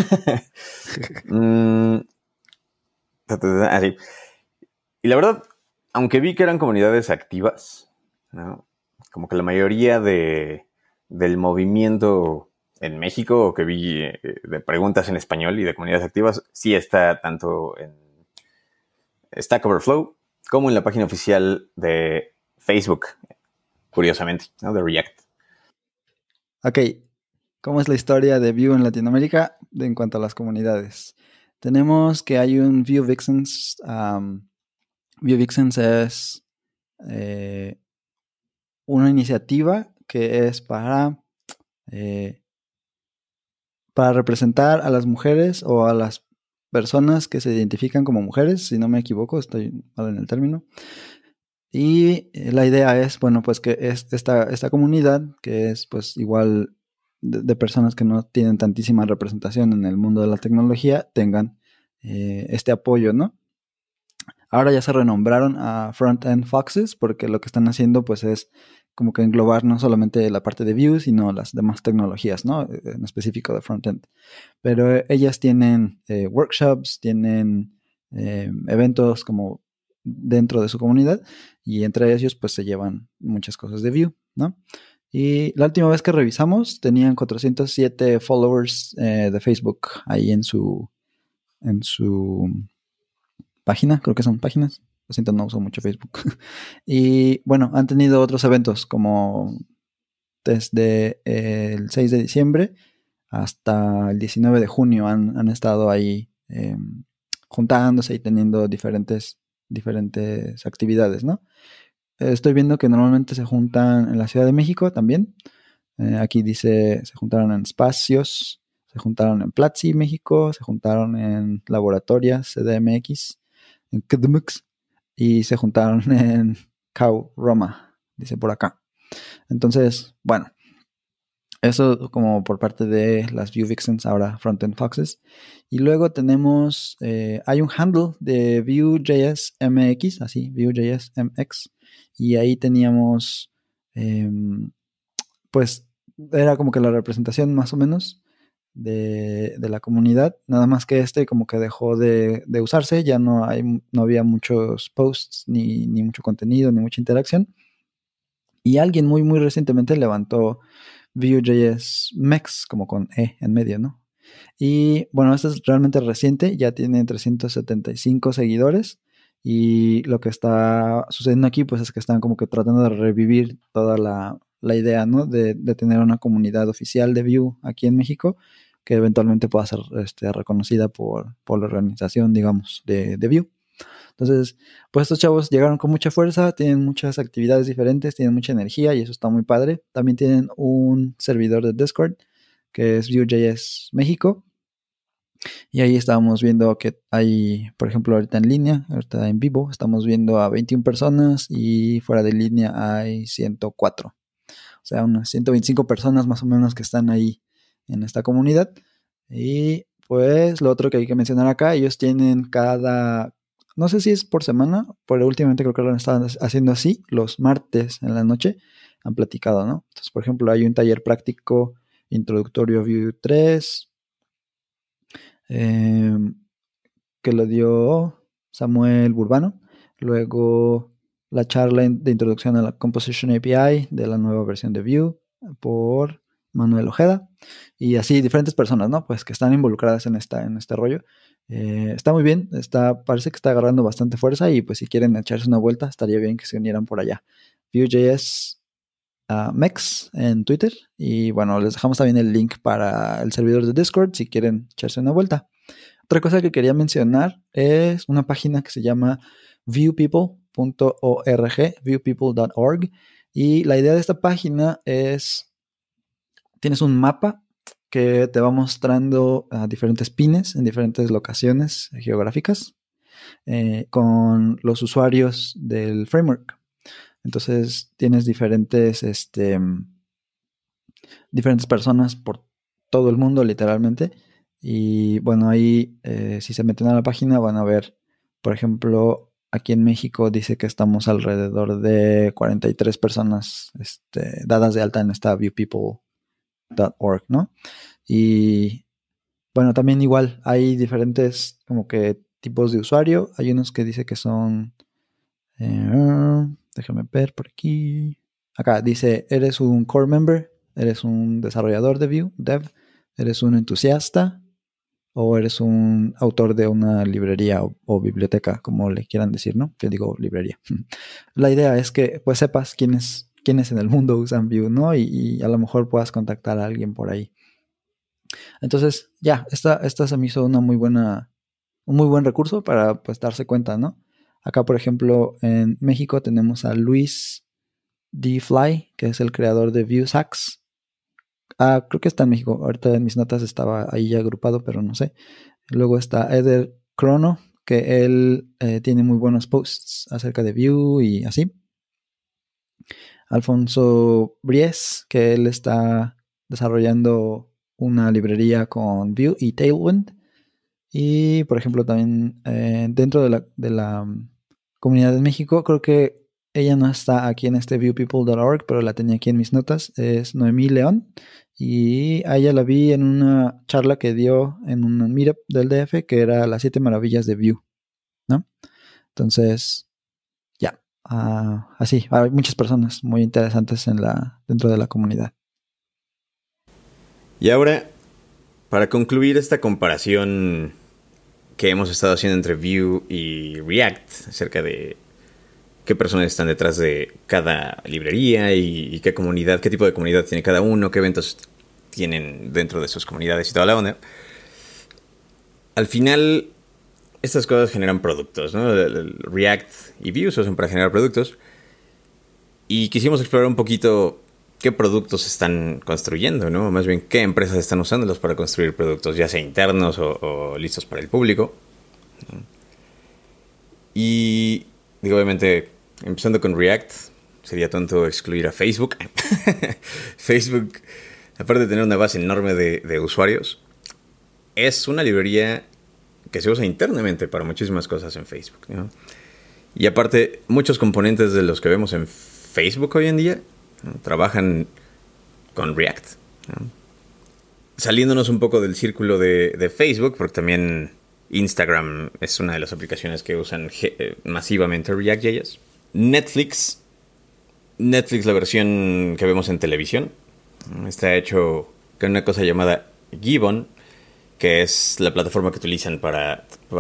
bueno. Así. Y la verdad, aunque vi que eran comunidades activas, ¿no? Como que la mayoría del movimiento en México, que vi de preguntas en español y de comunidades activas, sí está tanto en Stack Overflow como en la página oficial de Facebook, curiosamente, ¿no? De React. Ok, ¿cómo es la historia de Vue en Latinoamérica en cuanto a las comunidades? Tenemos que hay un Vue Vixens. Vue Vixens es una iniciativa que es para representar a las mujeres o a las personas que se identifican como mujeres, si no me equivoco, estoy mal en el término. Y la idea es, bueno, pues que esta comunidad, que es pues igual de personas que no tienen tantísima representación en el mundo de la tecnología, tengan este apoyo, ¿no? Ahora ya se renombraron a Front-End Foxes porque lo que están haciendo pues es como que englobar no solamente la parte de Vue, sino las demás tecnologías, ¿no? En específico de Front-End. Pero ellas tienen workshops, tienen eventos como dentro de su comunidad y entre ellos pues se llevan muchas cosas de Vue, ¿no? Y la última vez que revisamos tenían 407 followers de Facebook ahí en su página, creo que son páginas. Lo siento, no uso mucho Facebook. Y bueno, han tenido otros eventos como desde el 6 de diciembre hasta el 19 de junio han estado ahí juntándose y teniendo diferentes actividades, ¿no? Estoy viendo que normalmente se juntan en la Ciudad de México también. Aquí dice, se juntaron en Espacios, se juntaron en Platzi, México, se juntaron en Laboratorias, CDMX, en KDMX, y se juntaron en Cau Roma, dice por acá. Entonces, bueno, eso como por parte de las Vue Vixens, ahora Frontend Foxes. Y luego tenemos, hay un handle de Vue.js MX, así, Vue.js MX, y ahí teníamos, pues, era como que la representación más o menos de la comunidad, nada más que como que dejó de usarse, ya no había muchos posts, ni mucho contenido, ni mucha interacción. Y alguien muy, muy recientemente levantó Vue.js Mex, como con E en medio, ¿no? Y bueno, esto es realmente reciente, ya tiene 375 seguidores. Y lo que está sucediendo aquí, pues es que están como que tratando de revivir toda la idea, ¿no? De tener una comunidad oficial de Vue aquí en México, que eventualmente pueda ser reconocida por la organización, digamos, de Vue. Entonces, pues estos chavos llegaron con mucha fuerza, tienen muchas actividades diferentes, tienen mucha energía y eso está muy padre. También tienen un servidor de Discord que es Vue.js México. Y ahí estábamos viendo que hay, por ejemplo, ahorita en línea, ahorita en vivo, estamos viendo a 21 personas y fuera de línea hay 104. O sea, unas 125 personas más o menos que están ahí en esta comunidad. Y pues lo otro que hay que mencionar acá, ellos tienen no sé si es por semana, pero últimamente creo que lo han estado haciendo así, los martes en la noche han platicado, ¿no? Entonces, por ejemplo, hay un taller práctico introductorio a Vue 3, que lo dio Samuel Burbano. Luego la charla de introducción a la Composition API de la nueva versión de Vue por Manuel Ojeda. Y así diferentes personas, ¿no? Pues que están involucradas en este rollo. Está muy bien, parece que está agarrando bastante fuerza y pues si quieren echarse una vuelta, estaría bien que se unieran por allá. Vue.js Mex en Twitter. Y bueno, les dejamos también el link para el servidor de Discord si quieren echarse una vuelta. Otra cosa que quería mencionar es una página que se llama viewpeople.org, viewpeople.org. Y la idea de esta página es, tienes un mapa que te va mostrando diferentes pines en diferentes locaciones geográficas con los usuarios del framework. Entonces tienes diferentes personas por todo el mundo, literalmente. Y bueno, ahí si se meten a la página van a ver, por ejemplo, aquí en México dice que estamos alrededor de 43 personas dadas de alta en esta viewpeople.org, ¿no? Y bueno, también igual hay diferentes como que tipos de usuario. Hay unos que dice que son... déjame ver por aquí. Acá dice, eres un core member, eres un desarrollador de Vue, dev, eres un entusiasta o eres un autor de una librería o biblioteca, como le quieran decir, ¿no? Yo digo librería. La idea es que pues sepas quiénes en el mundo usan Vue, ¿no? Y a lo mejor puedas contactar a alguien por ahí. Entonces, ya, esta se me hizo un muy buen recurso para pues darse cuenta, ¿no? Acá, por ejemplo, en México tenemos a Luis D. Fly, que es el creador de VueSax. Creo que está en México. Ahorita en mis notas estaba ahí ya agrupado, pero no sé. Luego está Eder Crono, que él tiene muy buenos posts acerca de Vue y así. Alfonso Bries, que él está desarrollando una librería con Vue y Tailwind. Y, por ejemplo, también dentro de la comunidad de México, creo que ella no está aquí en este viewpeople.org, pero la tenía aquí en mis notas, es Noemí León. Y a ella la vi en una charla que dio en un meetup del DF, que era las 7 maravillas de Vue, ¿no? Entonces, ya, así, hay muchas personas muy interesantes dentro de la comunidad. Y ahora, para concluir esta comparación que hemos estado haciendo entre Vue y React, acerca de qué personas están detrás de cada librería y qué tipo de comunidad tiene cada uno, qué eventos tienen dentro de sus comunidades y toda la onda. Al final, estas cosas generan productos, ¿no? El React y Vue se usan para generar productos. Y quisimos explorar un poquito qué productos están construyendo, ¿no? Más bien, qué empresas están usándolos para construir productos, ya sea internos o listos para el público. Y digo, obviamente, empezando con React, sería tonto excluir a Facebook. Facebook, aparte de tener una base enorme de usuarios, es una librería que se usa internamente para muchísimas cosas en Facebook, ¿no? Y aparte, muchos componentes de los que vemos en Facebook hoy en día, ¿no?, trabajan con React, ¿no? saliéndonos un poco del círculo de Facebook, porque también Instagram es una de las aplicaciones que usan masivamente React.js. Netflix, la versión que vemos en televisión, está hecho con una cosa llamada Gibbon, que es la plataforma que utilizan para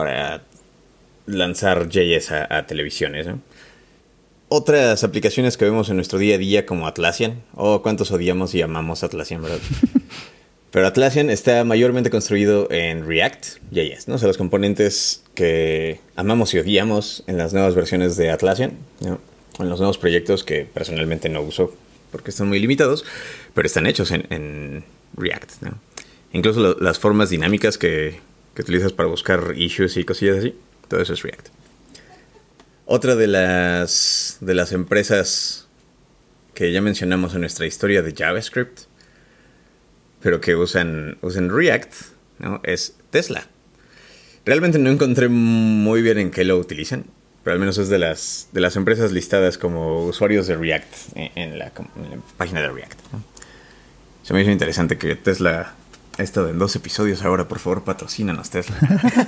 lanzar JS a televisiones, ¿no? Otras aplicaciones que vemos en nuestro día a día, como Atlassian. Oh, cuántos odiamos y amamos Atlassian, ¿verdad? Pero Atlassian está mayormente construido en React.js, ¿no? O sea, los componentes que amamos y odiamos en las nuevas versiones de Atlassian, ¿no? En los nuevos proyectos que personalmente no uso porque están muy limitados, pero están hechos en React, ¿no? Incluso las formas dinámicas que utilizas para buscar issues y cosillas así, todo eso es React. Otra de las empresas que ya mencionamos en nuestra historia de JavaScript, pero que usan React, ¿no? Es Tesla. Realmente no encontré muy bien en qué lo utilizan, pero al menos es de las empresas listadas como usuarios de React en la página de React, ¿no? Se me hizo interesante que Tesla ha estado en 2 episodios ahora. Por favor, patrocínanos, Tesla.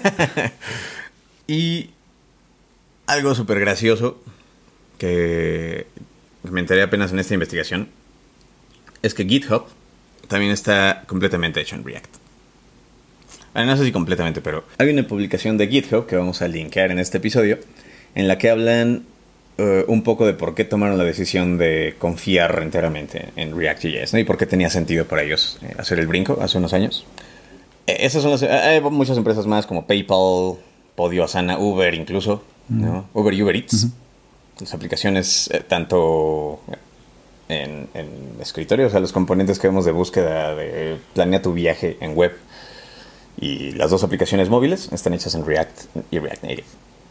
Y algo súper gracioso que me enteré apenas en esta investigación es que GitHub también está completamente hecho en React. No sé si completamente, pero hay una publicación de GitHub que vamos a linkear en este episodio en la que hablan un poco de por qué tomaron la decisión de confiar enteramente en React.js, ¿no? Y por qué tenía sentido para ellos hacer el brinco hace unos años. Esas son hay muchas empresas más como PayPal, Podio, Asana, Uber incluso, ¿no? Uber y Uber Eats. Las aplicaciones tanto en escritorio, o sea, los componentes que vemos de búsqueda de planea tu viaje en web, y las 2 aplicaciones móviles están hechas en React y React Native.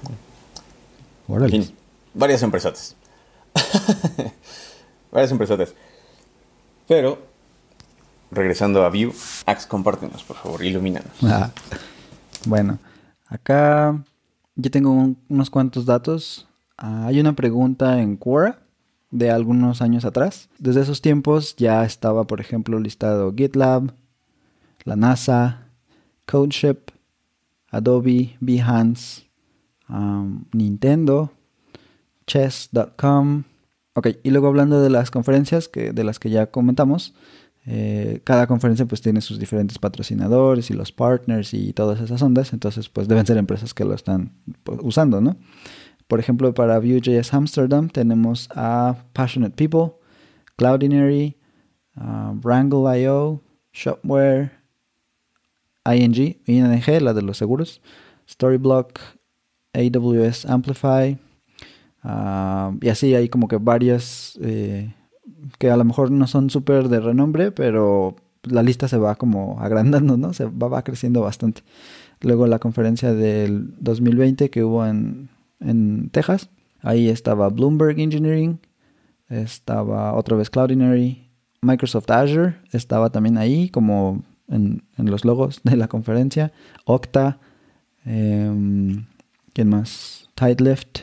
En fin, varias empresotas. Varias empresotas. Pero, regresando a Vue, Ax, compártenos, por favor, ilumínanos. Bueno, acá yo tengo unos cuantos datos. Hay una pregunta en Quora de algunos años atrás. Desde esos tiempos ya estaba, por ejemplo, listado GitLab, la NASA, CodeShip, Adobe, Behance, Nintendo, chess.com. Ok, y luego hablando de las conferencias de las que ya comentamos, cada conferencia pues tiene sus diferentes patrocinadores y los partners y todas esas ondas, entonces pues deben ser empresas que lo están pues, usando, ¿no? Por ejemplo, para Vue.js Amsterdam tenemos a Passionate People, Cloudinary, Wrangle.io, Shopware, ING, la de los seguros, Storyblock, AWS Amplify, y así hay como que varias que a lo mejor no son súper de renombre, pero la lista se va como agrandando, ¿no? Se va creciendo bastante. Luego la conferencia del 2020 que hubo en Texas, ahí estaba Bloomberg Engineering, estaba otra vez Cloudinary, Microsoft Azure estaba también ahí como en los logos de la conferencia, Okta, ¿quién más? Tidelift,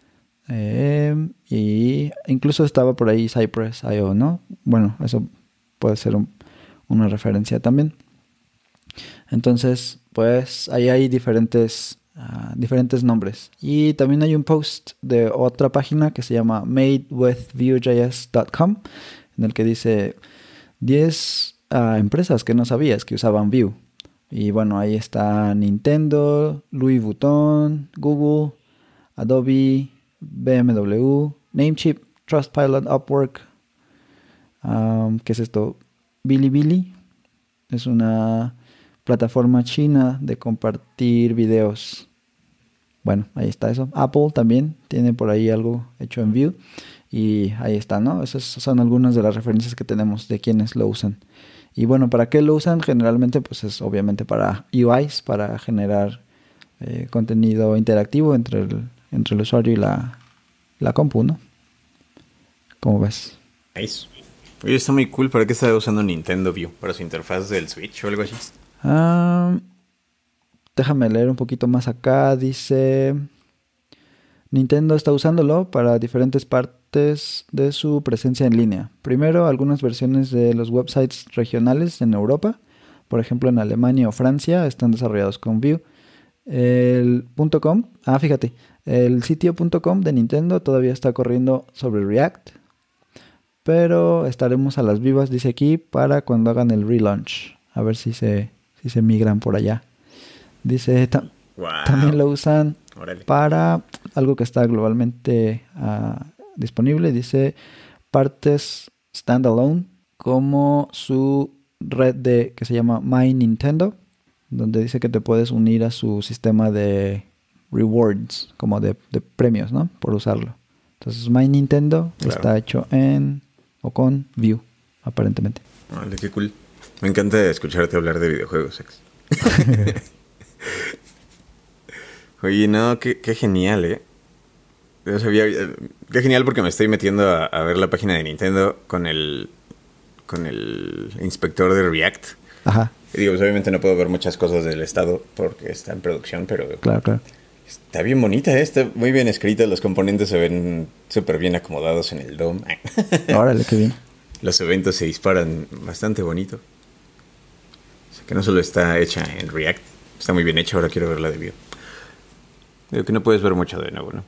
y incluso estaba por ahí Cypress.io, ¿no? Bueno, eso puede ser una referencia también. Entonces, pues ahí hay diferentes nombres. Y también hay un post de otra página que se llama madewithvue.js.com, en el que dice 10 empresas que no sabías que usaban Vue. Y bueno, ahí está Nintendo, Louis Vuitton, Google, Adobe, BMW, Namecheap, Trustpilot, Upwork. ¿Qué es esto? Bilibili. Es una plataforma china de compartir videos. Bueno, ahí está eso. Apple también tiene por ahí algo hecho en Vue. Y ahí está, ¿no? Esas son algunas de las referencias que tenemos de quienes lo usan. Y bueno, ¿para qué lo usan? Generalmente pues es obviamente para UIs, para generar contenido interactivo entre el usuario y la compu, ¿no? ¿Cómo ves? Nice. Oye, está muy cool. ¿Para qué está usando Nintendo Vue? ¿Para su interfaz del Switch o algo así? Déjame leer un poquito más acá. Dice: Nintendo está usándolo para diferentes partes de su presencia en línea. Primero, algunas versiones de los websites regionales en Europa, por ejemplo en Alemania o Francia, están desarrollados con Vue. El .com, fíjate, el sitio .com de Nintendo todavía está corriendo sobre React, pero estaremos a las vivas, dice aquí, para cuando hagan el relaunch. A ver si se migran por allá. Dice, también lo usan para algo que está globalmente disponible. Dice partes standalone, como su red que se llama My Nintendo, donde dice que te puedes unir a su sistema de rewards, como de premios, ¿no? Por usarlo. Entonces My Nintendo está hecho con Vue, aparentemente. Vale, qué cool. Me encanta escucharte hablar de videojuegos, Ex. Oye, no, qué genial, ¿eh? Yo sabía, qué genial, porque me estoy metiendo a ver la página de Nintendo con el inspector de React. Ajá. Y digo, pues obviamente no puedo ver muchas cosas del estado porque está en producción, pero claro. Está bien bonita, ¿eh? Está muy bien escrita, los componentes se ven súper bien acomodados en el DOM. Órale, qué bien. Los eventos se disparan bastante bonito. O sea, que no solo está hecha en React, está muy bien hecha. Ahora quiero ver la de Vue. Digo que no puedes ver mucho de nuevo, ¿no?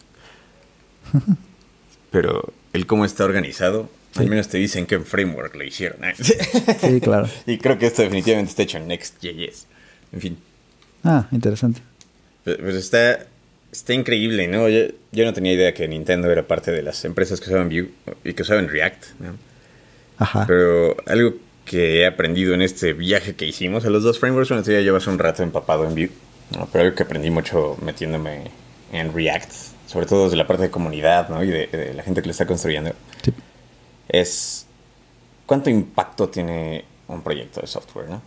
Pero el cómo está organizado, al menos te dicen que en framework lo hicieron. Sí, claro. Y creo que esto definitivamente está hecho en Next.js. En fin. Interesante. Pues está increíble, ¿no? Yo no tenía idea que Nintendo era parte de las empresas que usaban Vue y que usaban React, ¿no? Ajá. Pero algo que he aprendido en este viaje que hicimos a los dos frameworks, bueno, tú ya llevas un rato empapado en Vue, ¿no? Pero algo que aprendí mucho metiéndome en React, sobre todo desde la parte de comunidad, ¿no? Y de la gente que lo está construyendo, sí, es cuánto impacto tiene un proyecto de software, ¿no?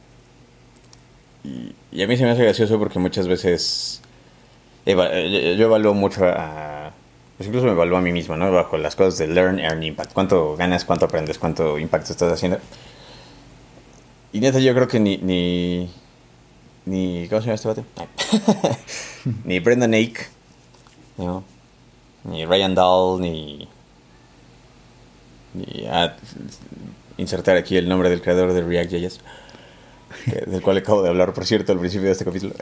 Y a mí se me hace gracioso porque muchas veces yo evalúo mucho pues incluso me evalúo a mí mismo, ¿no? Bajo las cosas de Learn, Earn, Impact. ¿Cuánto ganas? ¿Cuánto aprendes? ¿Cuánto impacto estás haciendo? Y neta, yo creo que ni ¿cómo se llama este vato? Ni Brendan Eich, ¿no? Ni Ryan Dahl, ni insertar aquí el nombre del creador de React.js, del cual acabo de hablar, por cierto, al principio de este capítulo.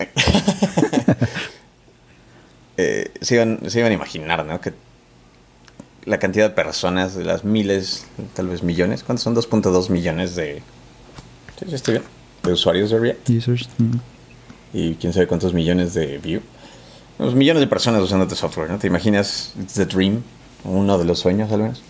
Se iban a imaginar, ¿no? Que la cantidad de personas, de las miles, tal vez millones, ¿cuántos son? 2.2 millones de... ¿Sí estoy bien? De usuarios de React. Users. Y quién sabe cuántos millones de Vue. Unos millones de personas usando este software, ¿no? ¿Te imaginas? It's the dream. Uno de los sueños, al menos.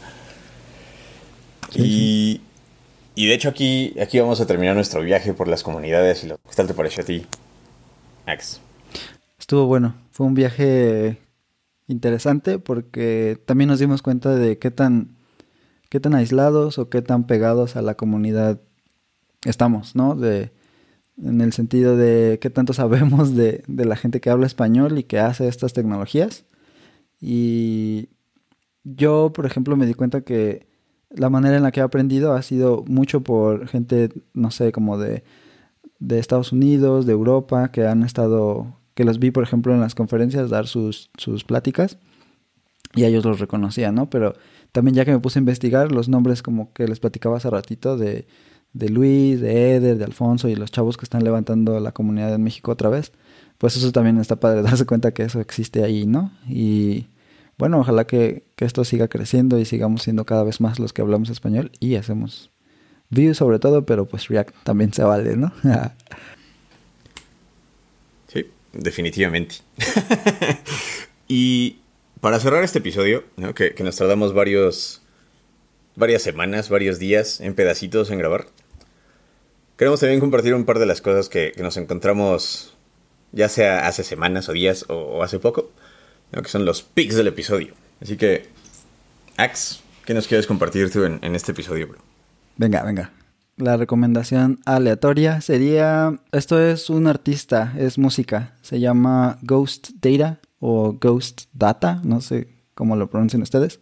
Sí. Y de hecho aquí vamos a terminar nuestro viaje por las comunidades. ¿Qué tal te pareció a ti, Ax? Estuvo bueno. Fue un viaje interesante porque también nos dimos cuenta de qué tan aislados o qué tan pegados a la comunidad estamos, ¿no? En el sentido de qué tanto sabemos de la gente que habla español y que hace estas tecnologías. Y yo, por ejemplo, me di cuenta que la manera en la que he aprendido ha sido mucho por gente, no sé, como de Estados Unidos, de Europa, que han estado, que los vi, por ejemplo, en las conferencias dar sus pláticas y a ellos los reconocía, ¿no? Pero también ya que me puse a investigar los nombres, como que les platicaba hace ratito, de Luis, de Eder, de Alfonso y los chavos que están levantando la comunidad en México otra vez, pues eso también está padre, darse cuenta que eso existe ahí, ¿no? Y bueno, ojalá que esto siga creciendo y sigamos siendo cada vez más los que hablamos español y hacemos Vue sobre todo, pero pues React también se vale, ¿no? Sí, definitivamente. Y para cerrar este episodio, ¿no? que nos tardamos varias semanas, varios días en pedacitos en grabar, queremos también compartir un par de las cosas que nos encontramos, ya sea hace semanas o días o hace poco, ¿no? Que son los picks del episodio. Así que, Ax, ¿qué nos quieres compartir tú en este episodio, bro? Venga. La recomendación aleatoria sería... Esto es un artista, es música. Se llama Ghost Data o Ghost Data. No sé cómo lo pronuncian ustedes.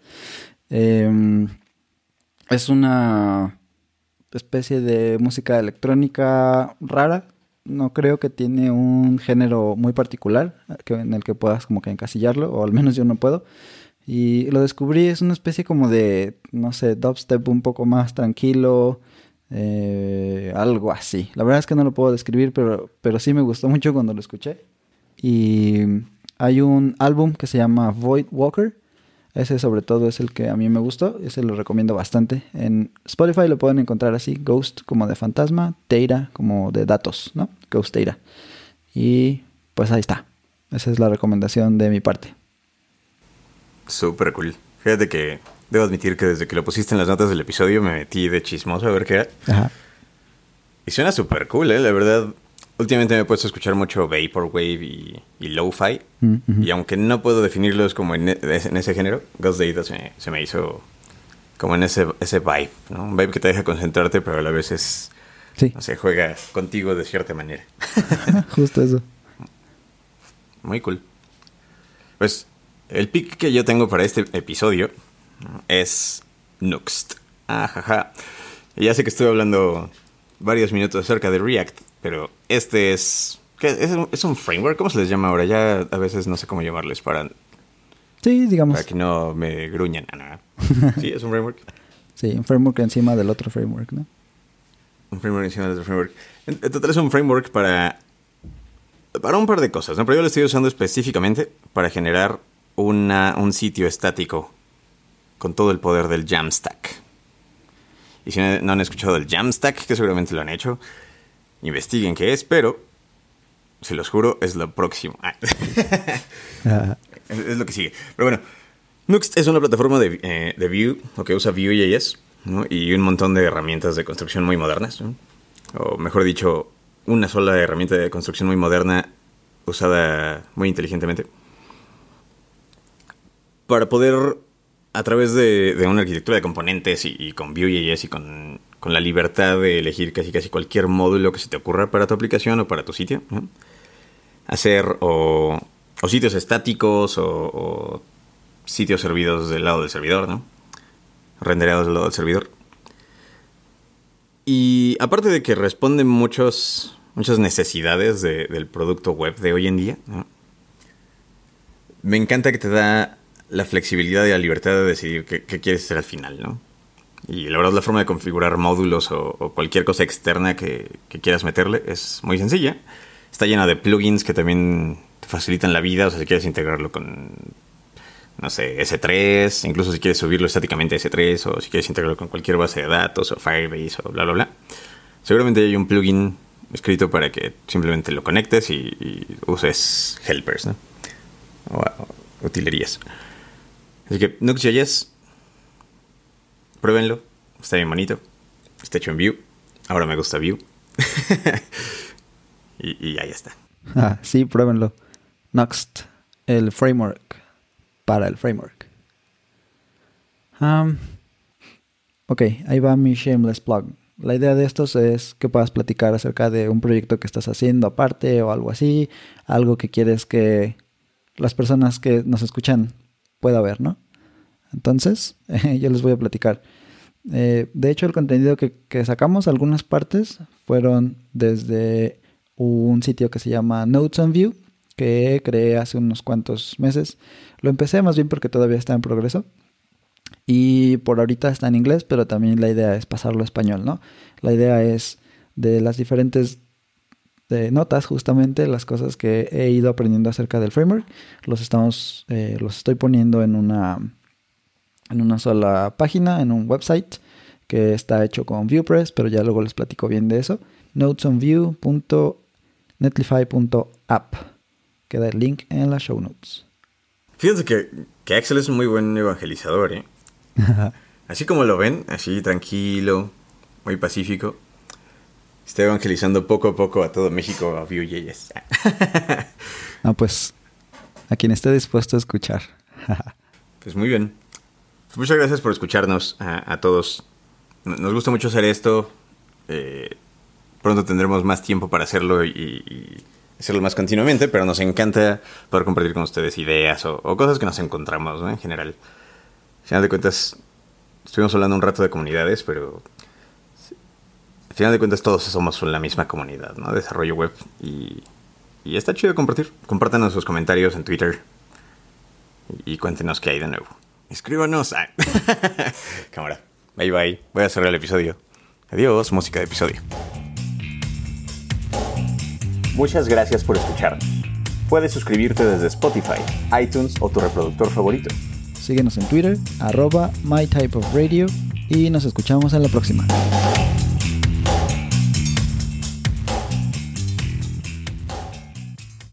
Es una especie de música electrónica rara. No creo que tiene un género muy particular en el que puedas como que encasillarlo. O al menos yo no puedo. Y lo descubrí, es una especie como de, no sé, dubstep un poco más tranquilo, Algo así. La verdad es que no lo puedo describir, pero sí me gustó mucho cuando lo escuché. Y hay un álbum que se llama Void Walker. Ese sobre todo es el que a mí me gustó. Ese lo recomiendo bastante. En Spotify lo pueden encontrar así. Ghost como de fantasma. Data como de datos, ¿no? Ghost Data. Y pues ahí está. Esa es la recomendación de mi parte. Súper cool. Fíjate que debo admitir que desde que lo pusiste en las notas del episodio me metí de chismoso a ver qué era. Ajá. Y suena súper cool, ¿eh? La verdad, últimamente me he puesto a escuchar mucho Vaporwave y Lo-Fi. Uh-huh. Y aunque no puedo definirlos como en ese género, Ghost Data se me hizo como en ese vibe, ¿no? Un vibe que te deja concentrarte, pero a la vez es... Sí. No sé, juega contigo de cierta manera. Justo eso. Muy cool. Pues el pick que yo tengo para este episodio es Nuxt. Ajaja. Y ya sé que estuve hablando varios minutos acerca de React, pero este es... ¿Qué? ¿Es un framework? ¿Cómo se les llama ahora? Ya a veces no sé cómo llamarles Sí, digamos. para que no me gruñan. Sí, es un framework. Sí, un framework encima del otro framework, ¿no? Un framework encima del otro framework. En total es un framework para un par de cosas, ¿no? Pero yo lo estoy usando específicamente para generar un sitio estático con todo el poder del Jamstack. Y si no han escuchado del Jamstack, que seguramente lo han hecho, investiguen qué es, pero se los juro, es lo próximo. Es lo que sigue. Pero bueno, Nuxt es una plataforma de Vue, o que usa Vue.js, ¿no? Y un montón de herramientas de construcción muy modernas, ¿no? O mejor dicho, una sola herramienta de construcción muy moderna usada muy inteligentemente para poder, a través de una arquitectura de componentes y con Vue.js y con la libertad de elegir casi cualquier módulo que se te ocurra para tu aplicación o para tu sitio, ¿no? Hacer o sitios estáticos o sitios servidos del lado del servidor, ¿no? Rendereados del lado del servidor. Y aparte de que responde muchas necesidades del producto web de hoy en día, ¿no? Me encanta que te da la flexibilidad y la libertad de decidir qué quieres hacer al final, ¿no? Y la verdad la forma de configurar módulos o cualquier cosa externa que quieras meterle es muy sencilla. Está llena de plugins que también te facilitan la vida. O sea, si quieres integrarlo con, no sé, S3, incluso si quieres subirlo estáticamente a S3, o si quieres integrarlo con cualquier base de datos o Firebase o bla, bla, bla. Seguramente hay un plugin escrito para que simplemente lo conectes y uses helpers, ¿no? O utilerías. Así que Nuxt.js, pruébenlo. Está bien bonito. Está hecho en Vue. Ahora me gusta Vue. y ahí está. Sí, pruébenlo. Nuxt, el framework para el framework. Ok, ahí va mi shameless plug. La idea de estos es que puedas platicar acerca de un proyecto que estás haciendo aparte o algo así, algo que quieres que las personas que nos escuchan pueda ver, ¿no? Entonces, yo les voy a platicar. De hecho, el contenido que sacamos, algunas partes, fueron desde un sitio que se llama Notes on Vue, que creé hace unos cuantos meses. Lo empecé más bien porque todavía está en progreso. Y por ahorita está en inglés, pero también la idea es pasarlo a español, ¿no? La idea es de las diferentes notas, justamente las cosas que he ido aprendiendo acerca del framework, los estoy poniendo en una sola página, en un website que está hecho con VuePress, pero ya luego les platico bien de eso. notesonvue.netlify.app. Queda el link en las show notes. Fíjense que Axel es un muy buen evangelizador, ¿eh? Así como lo ven, así tranquilo, muy pacífico, está evangelizando poco a poco a todo México a Vue.js. No, pues a quien esté dispuesto a escuchar. Pues muy bien. Muchas gracias por escucharnos a todos. Nos gusta mucho hacer esto. Pronto tendremos más tiempo para hacerlo y hacerlo más continuamente, pero nos encanta poder compartir con ustedes ideas o cosas que nos encontramos, ¿no? En general. Al final de cuentas, estuvimos hablando un rato de comunidades, pero al final de cuentas todos somos la misma comunidad, ¿no? Desarrollo web. Y está chido compartir. Compártanos sus comentarios en Twitter y cuéntenos qué hay de nuevo. Escríbanos. Cámara. Bye bye. Voy a cerrar el episodio. Adiós, música de episodio. Muchas gracias por escucharnos. Puedes suscribirte desde Spotify, iTunes o tu reproductor favorito. Síguenos en Twitter, @mytypeofradio, y nos escuchamos en la próxima.